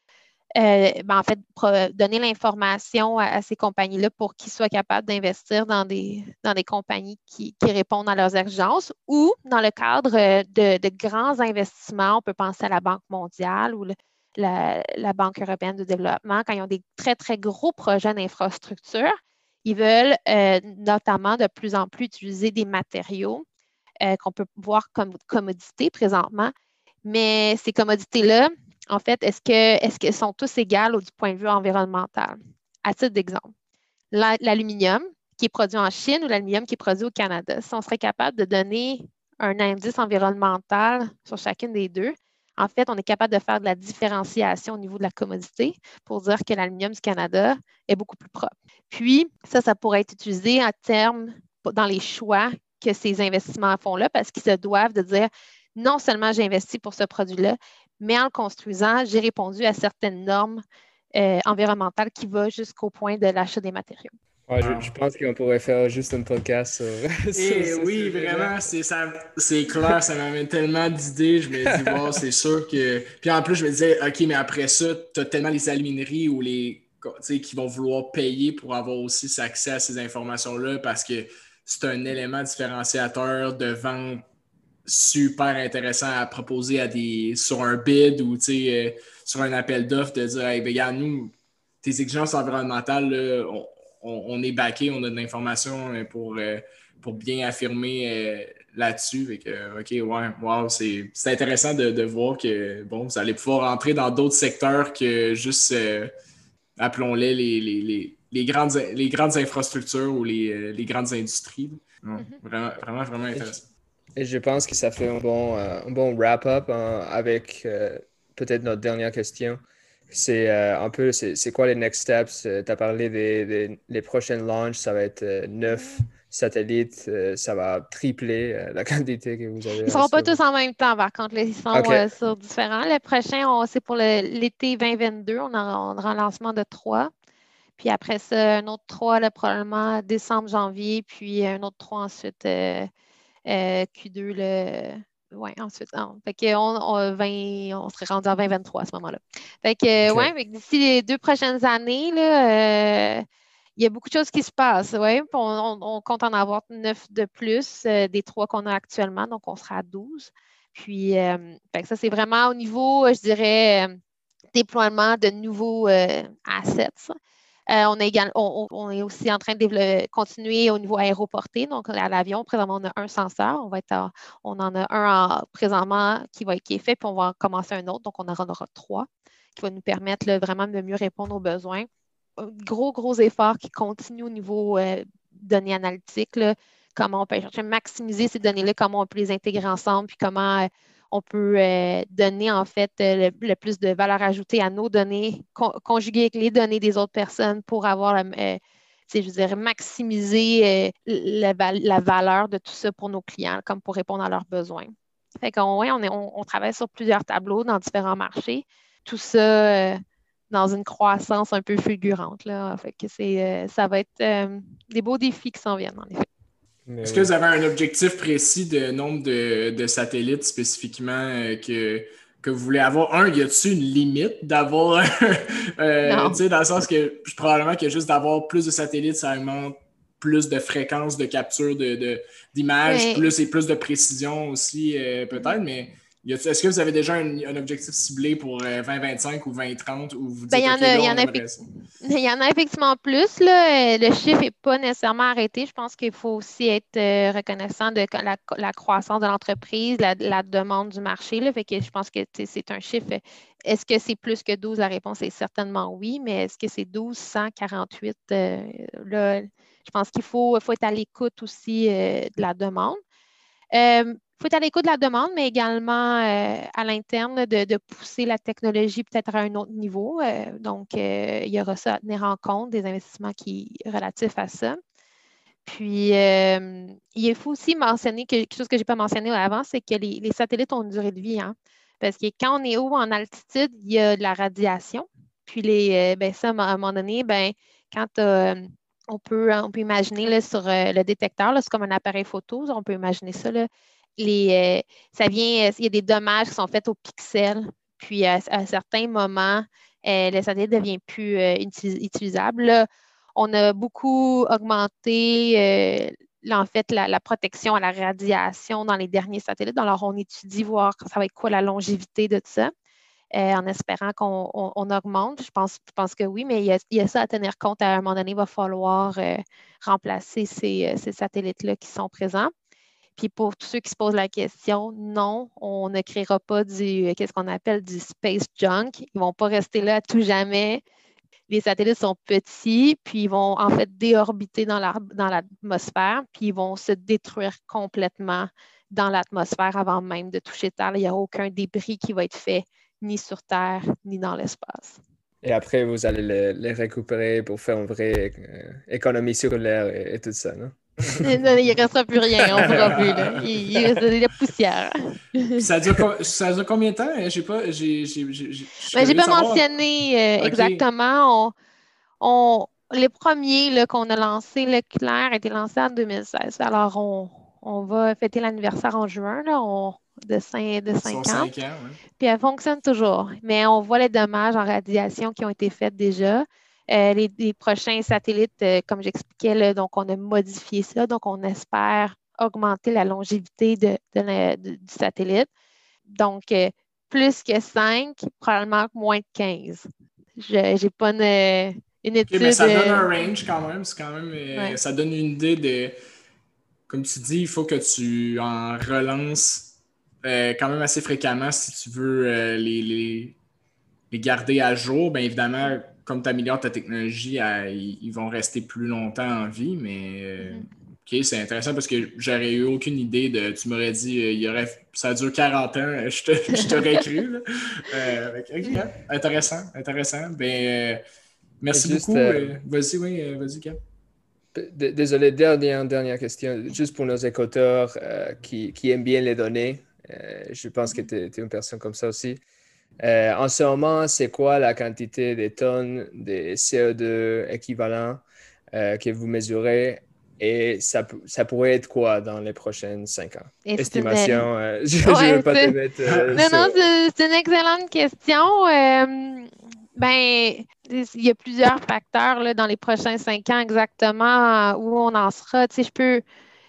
Euh, ben, en fait, pro- donner l'information à, à ces compagnies-là pour qu'ils soient capables d'investir dans des, dans des compagnies qui, qui répondent à leurs exigences ou dans le cadre euh, de, de grands investissements, on peut penser à la Banque mondiale ou le- la, la Banque européenne de développement, quand ils ont des très, très gros projets d'infrastructure, ils veulent euh, notamment de plus en plus utiliser des matériaux euh, qu'on peut voir comme commodités présentement. Mais ces commodités-là, en fait, est-ce que, est-ce qu'elles sont tous égales du point de vue environnemental? À titre d'exemple, la- l'aluminium qui est produit en Chine ou l'aluminium qui est produit au Canada, si on serait capable de donner un indice environnemental sur chacune des deux, en fait, on est capable de faire de la différenciation au niveau de la commodité pour dire que l'aluminium du Canada est beaucoup plus propre. Puis, ça, ça pourrait être utilisé à terme dans les choix que ces investissements font là parce qu'ils se doivent de dire non seulement j'ai investi pour ce produit-là, mais en le construisant, j'ai répondu à certaines normes euh, environnementales qui vont jusqu'au point de l'achat des matériaux. Ouais, je, je pense qu'on pourrait faire juste un podcast sur, sur Et ce oui, sujet-là. vraiment, c'est ça, c'est clair, ça m'amène tellement d'idées. Je me dis, wow, c'est sûr que. Puis en plus, je me disais, OK, mais après ça, tu as tellement les alumineries ou les. Tu sais, qui vont vouloir payer pour avoir aussi accès à ces informations-là parce que c'est un élément différenciateur de vente super intéressant à proposer à des, sur un bid ou tu sais, euh, sur un appel d'offres de dire, hey, ben, regarde, nous, tes exigences environnementales, là, on, on, on est backé, on a de l'information euh, pour, euh, pour bien affirmer euh, là-dessus. Fait que, OK, ouais, wow, c'est, c'est intéressant de, de voir que bon, vous allez pouvoir entrer dans d'autres secteurs que juste, euh, appelons-les les, les, les, les, grandes, les grandes infrastructures ou les, euh, les grandes industries. Non, Mm-hmm. vraiment, vraiment, vraiment intéressant. Et je pense que ça fait un bon, euh, un bon wrap-up hein, avec euh, peut-être notre dernière question. C'est euh, un peu, c'est c'est quoi les next steps? Tu as parlé des, des les prochaines launches, ça va être euh, neuf satellites, euh, ça va tripler euh, la quantité que vous Ils avez ne en seront ce pas moment. tous en même temps, par contre. Là, ils sont OK, euh, sur différents. Le prochain, on- c'est pour le- l'été vingt vingt-deux. On, a- on aura un lancement de trois. Puis après ça, un autre trois, là, probablement décembre, janvier. Puis un autre trois ensuite, euh, euh, Q deux. Le... Ouais, ensuite. Ah, fait que on, on, vingt on serait rendu en vingt vingt-trois à ce moment-là. Fait que, OK. ouais, fait que d'ici les deux prochaines années, là, euh, il y a beaucoup de choses qui se passent. Ouais. Puis On, on- on compte en avoir neuf de plus euh, des trois qu'on a actuellement. Donc, on sera à douze. Puis, euh, fait que ça, c'est vraiment au niveau, euh, je dirais, euh, déploiement de nouveaux euh, assets. Euh, on, a égal, on, on est aussi en train de continuer au niveau aéroporté. Donc, à l'avion, présentement, on a un senseur. On, va être à, on en a un en, présentement qui, va, qui est fait, puis on va en commencer un autre. Donc, on en aura trois qui va nous permettre là, vraiment de mieux répondre aux besoins. Gros, gros efforts qui continuent au niveau euh, données analytiques. Là, comment on peut chercher à maximiser ces données-là, comment on peut les intégrer ensemble, puis comment... Euh, on peut euh, donner en fait le, le plus de valeur ajoutée à nos données, con, conjuguer avec les données des autres personnes pour avoir, euh, je dirais, maximiser euh, la, la valeur de tout ça pour nos clients, comme pour répondre à leurs besoins. Fait qu'on ouais, on, est, on, on travaille sur plusieurs tableaux dans différents marchés. Tout ça euh, dans une croissance un peu fulgurante. Là. Fait que c'est, euh, ça va être euh, des beaux défis qui s'en viennent, en effet. Mais Est-ce oui. que vous avez un objectif précis de nombre de, de satellites spécifiquement euh, que, que vous voulez avoir? Un, y a-t-il une limite d'avoir, euh, tu sais, dans le sens que probablement que juste d'avoir plus de satellites, ça augmente plus de fréquence de capture de, de, d'images, mais... plus et plus de précision aussi, euh, peut-être, mais y a-t-il, est-ce que vous avez déjà un, un objectif ciblé pour euh, vingt vingt-cinq ou vingt trente ou vous dites, ben, OK, a, là, on aimerait ça? Il y en a effectivement plus. Là. Le chiffre n'est pas nécessairement arrêté. Je pense qu'il faut aussi être euh, reconnaissant de la, la croissance de l'entreprise, la, la demande du marché. Là. Fait que je pense que c'est un chiffre. Est-ce que c'est plus que douze? La réponse est certainement oui, mais est-ce que c'est douze, cent quarante-huit? Euh, là, je pense qu'il faut, faut être à l'écoute aussi euh, de la demande. Euh, Il faut être à l'écoute de la demande, mais également euh, à l'interne de, de pousser la technologie peut-être à un autre niveau. Euh, donc, euh, il y aura ça à tenir en compte, des investissements qui relatifs à ça. Puis, euh, il faut aussi mentionner que, quelque chose que je n'ai pas mentionné avant, c'est que les, les satellites ont une durée de vie. Hein, parce que quand on est haut en altitude, il y a de la radiation. Puis, les, euh, ben, ça, à un moment donné, ben, quand euh, on, peut, on peut imaginer là, sur euh, le détecteur, c'est comme un appareil photo, on peut imaginer ça. Là, Les, euh, ça vient, il y a des dommages qui sont faits aux pixels. Puis, à, à certains moments, euh, le satellite ne devient plus euh, utilisable. Là, on a beaucoup augmenté, euh, là, en fait, la, la protection à la radiation dans les derniers satellites. Alors, on étudie voir ça va être quoi la longévité de ça, euh, en espérant qu'on on, on augmente. Je pense, je pense que oui, mais il y, a, il y a ça à tenir compte. À un moment donné, il va falloir euh, remplacer ces, ces satellites-là qui sont présents. Puis pour tous ceux qui se posent la question, non, on ne créera pas du, qu'est-ce qu'on appelle du space junk. Ils ne vont pas rester là à tout jamais. Les satellites sont petits, puis ils vont en fait déorbiter dans la, dans l'atmosphère, puis ils vont se détruire complètement dans l'atmosphère avant même de toucher Terre. Il n'y aura aucun débris qui va être fait ni sur Terre, ni dans l'espace. Et après, vous allez les, les récupérer pour faire une vraie euh, économie circulaire et, et tout ça, non? Il ne restera plus rien, on ne pourra plus. Là. Il, il reste de la poussière. Ça dure, ça dure combien de temps? Je n'ai pas, j'ai, j'ai, j'ai, j'ai ben, pas mentionné euh, okay. exactement. On, on, les premiers là, qu'on a lancés, le Claire, a été lancé en deux mille seize. Alors, on, on va fêter l'anniversaire en juin là, on, de cinq, de cinq ans. cinq ans ouais. Puis elle fonctionne toujours. Mais on voit les dommages en radiation qui ont été faits déjà. Euh, les, les prochains satellites, euh, comme j'expliquais, là, donc on a modifié ça. Donc, on espère augmenter la longévité de, de la, de, du satellite. Donc, euh, plus que cinq, probablement moins de quinze. Je n'ai pas une, une étude. Okay, mais ça donne un range quand même. C'est quand même euh, ouais. Ça donne une idée de. Comme tu dis, il faut que tu en relances euh, quand même assez fréquemment si tu veux euh, les, les, les garder à jour. Bien évidemment, comme tu améliores ta technologie, à, ils, ils vont rester plus longtemps en vie, mais euh, mm-hmm. OK, c'est intéressant parce que j'aurais eu aucune idée de. Tu m'aurais dit euh, il y aurait, ça dure quarante ans, je, te, je t'aurais cru. Là. Euh, OK, hein? Intéressant, intéressant. Ben, euh, merci Juste, beaucoup. Euh, vas-y, oui, euh, vas-y, Cap. Désolé, dernière, dernière question. Juste pour nos écouteurs euh, qui, qui aiment bien les données, euh, je pense que tu es une personne comme ça aussi. Euh, en ce moment, c'est quoi la quantité de tonnes de C O deux équivalent euh, que vous mesurez et ça, ça pourrait être quoi dans les prochaines cinq ans? Et Estimation, une... euh, je ne ouais, veux pas te mettre... Euh, non, sur... non, c'est, c'est une excellente question. Euh, ben, il y a plusieurs facteurs là, dans les prochains cinq ans exactement où on en sera. Tu sais, je peux...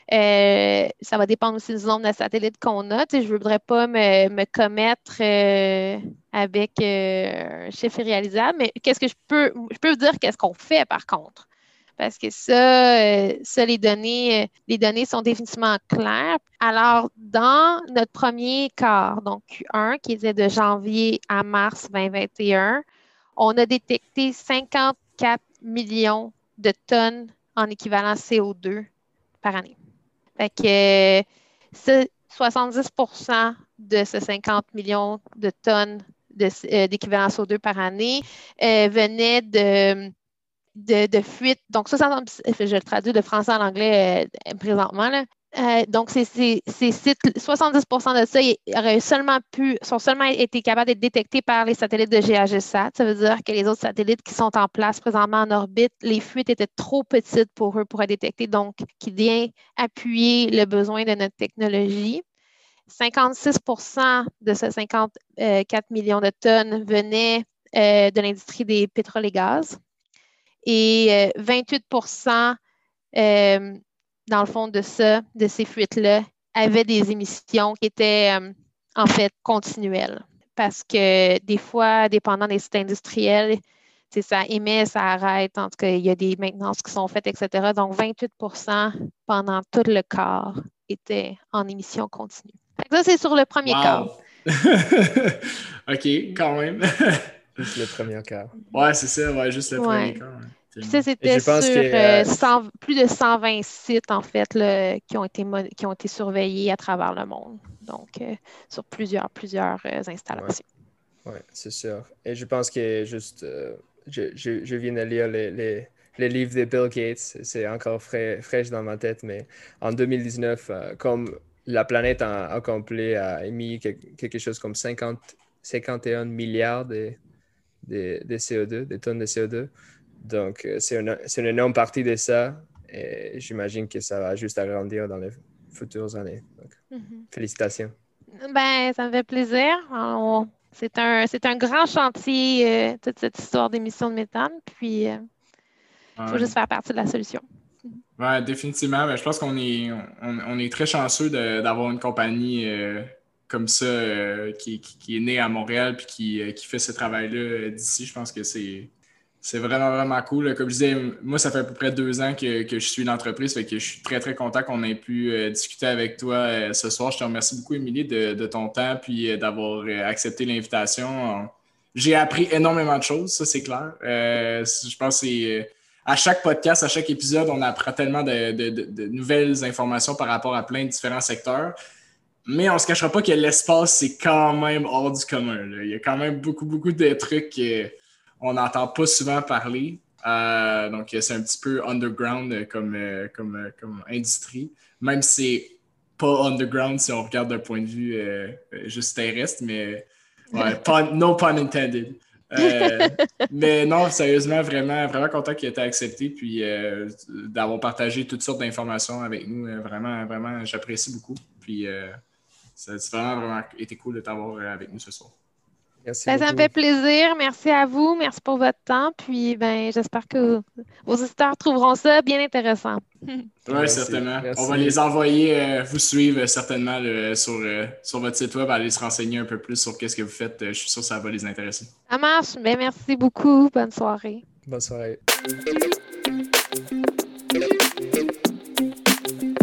Euh, ça va dépendre aussi du nombre de satellites qu'on a. Tu sais, je ne voudrais pas me, me commettre euh, avec euh, un chiffre irréalisable, mais qu'est-ce que je peux, je peux vous dire qu'est-ce qu'on fait par contre. Parce que ça, euh, ça les données, euh, les données sont définitivement claires. Alors, dans notre premier quart, donc Q un, qui était de janvier à mars vingt vingt et un, on a détecté cinquante-quatre millions de tonnes en équivalent C O deux par année. Fait que euh, soixante-dix pour cent de ces cinquante millions de tonnes de, euh, d'équivalent C O deux par année euh, venaient de, de, de fuites. Donc, soixante, je le traduis de français en anglais euh, présentement, là. Euh, donc, ces, ces, ces sites, soixante-dix pour cent de ça auraient seulement pu, sont seulement été capables d'être détectés par les satellites de G A G S A T. Ça veut dire que les autres satellites qui sont en place présentement en orbite, les fuites étaient trop petites pour eux pour être détectées, donc qui vient appuyer le besoin de notre technologie. cinquante-six pour cent de ces cinquante-quatre millions de tonnes venaient euh, de l'industrie des pétroles et gaz. Et euh, vingt-huit pour cent euh, dans le fond de ça, de ces fuites-là, avaient des émissions qui étaient euh, en fait continuelles. Parce que des fois, dépendant des sites industriels, ça émet, ça arrête. En tout cas, il y a des maintenances qui sont faites, et cetera. Donc, vingt-huit pour cent pendant tout le quart étaient en émission continue. Ça, c'est sur le premier wow. quart. OK, quand même. Juste le premier quart. Ouais, c'est ça, ouais, juste le ouais. premier quart. Ouais. Puis ça, c'était sur que, euh, cent, plus de cent vingt sites, en fait, là, qui, ont été, qui ont été surveillés à travers le monde. Donc, euh, sur plusieurs, plusieurs euh, installations. Oui, ouais, c'est sûr. Et je pense que juste, euh, je, je, je viens de lire les, les, les livres de Bill Gates. C'est encore frais, fraîche dans ma tête, mais en deux mille dix-neuf, euh, comme la planète en, en complet a émis quelque chose comme cinquante, cinquante et un milliards de, de, de C O deux, de tonnes de C O deux. Donc, c'est une, c'est une énorme partie de ça et j'imagine que ça va juste agrandir dans les futures années. Donc, mm-hmm. Félicitations. Ben, ça me fait plaisir. On, c'est, un, c'est un grand chantier, euh, toute cette histoire d'émissions de méthane. Puis, il euh, faut ouais. juste faire partie de la solution. Oui, définitivement. Ben, je pense qu'on est, on, on est très chanceux de, d'avoir une compagnie euh, comme ça euh, qui, qui, qui est née à Montréal et qui, euh, qui fait ce travail-là d'ici. Je pense que c'est, c'est vraiment, vraiment cool. Comme je disais, moi, ça fait à peu près deux ans que, que je suis l'entreprise, fait que je suis très, très content qu'on ait pu euh, discuter avec toi euh, ce soir. Je te remercie beaucoup, Émilie, de, de ton temps et euh, d'avoir euh, accepté l'invitation. J'ai appris énormément de choses, ça, c'est clair. Euh, je pense que c'est... À chaque podcast, à chaque épisode, on apprend tellement de, de, de, de nouvelles informations par rapport à plein de différents secteurs. Mais on ne se cachera pas que l'espace, c'est quand même hors du commun. Là. Il y a quand même beaucoup, beaucoup de trucs qu'on n'entend pas souvent parler. Euh, donc, c'est un petit peu underground comme, comme, comme industrie. Même si c'est pas underground si on regarde d'un point de vue euh, juste terrestre, mais ouais, pun, no pun intended. Euh, mais non, sérieusement, vraiment, vraiment content qu'il ait été accepté puis euh, d'avoir partagé toutes sortes d'informations avec nous. Euh, vraiment, vraiment, j'apprécie beaucoup. Puis euh, ça a vraiment, vraiment été cool de t'avoir avec nous ce soir. Merci ben, ça me fait plaisir. Merci à vous. Merci pour votre temps. Puis ben, j'espère que vos auditeurs trouveront ça bien intéressant. Oui, certainement. Merci. On va les envoyer, euh, vous suivre certainement le, sur, euh, sur votre site web, aller se renseigner un peu plus sur ce que vous faites. Je suis sûr que ça va les intéresser. Ça marche. Ben, merci beaucoup. Bonne soirée. Bonne soirée.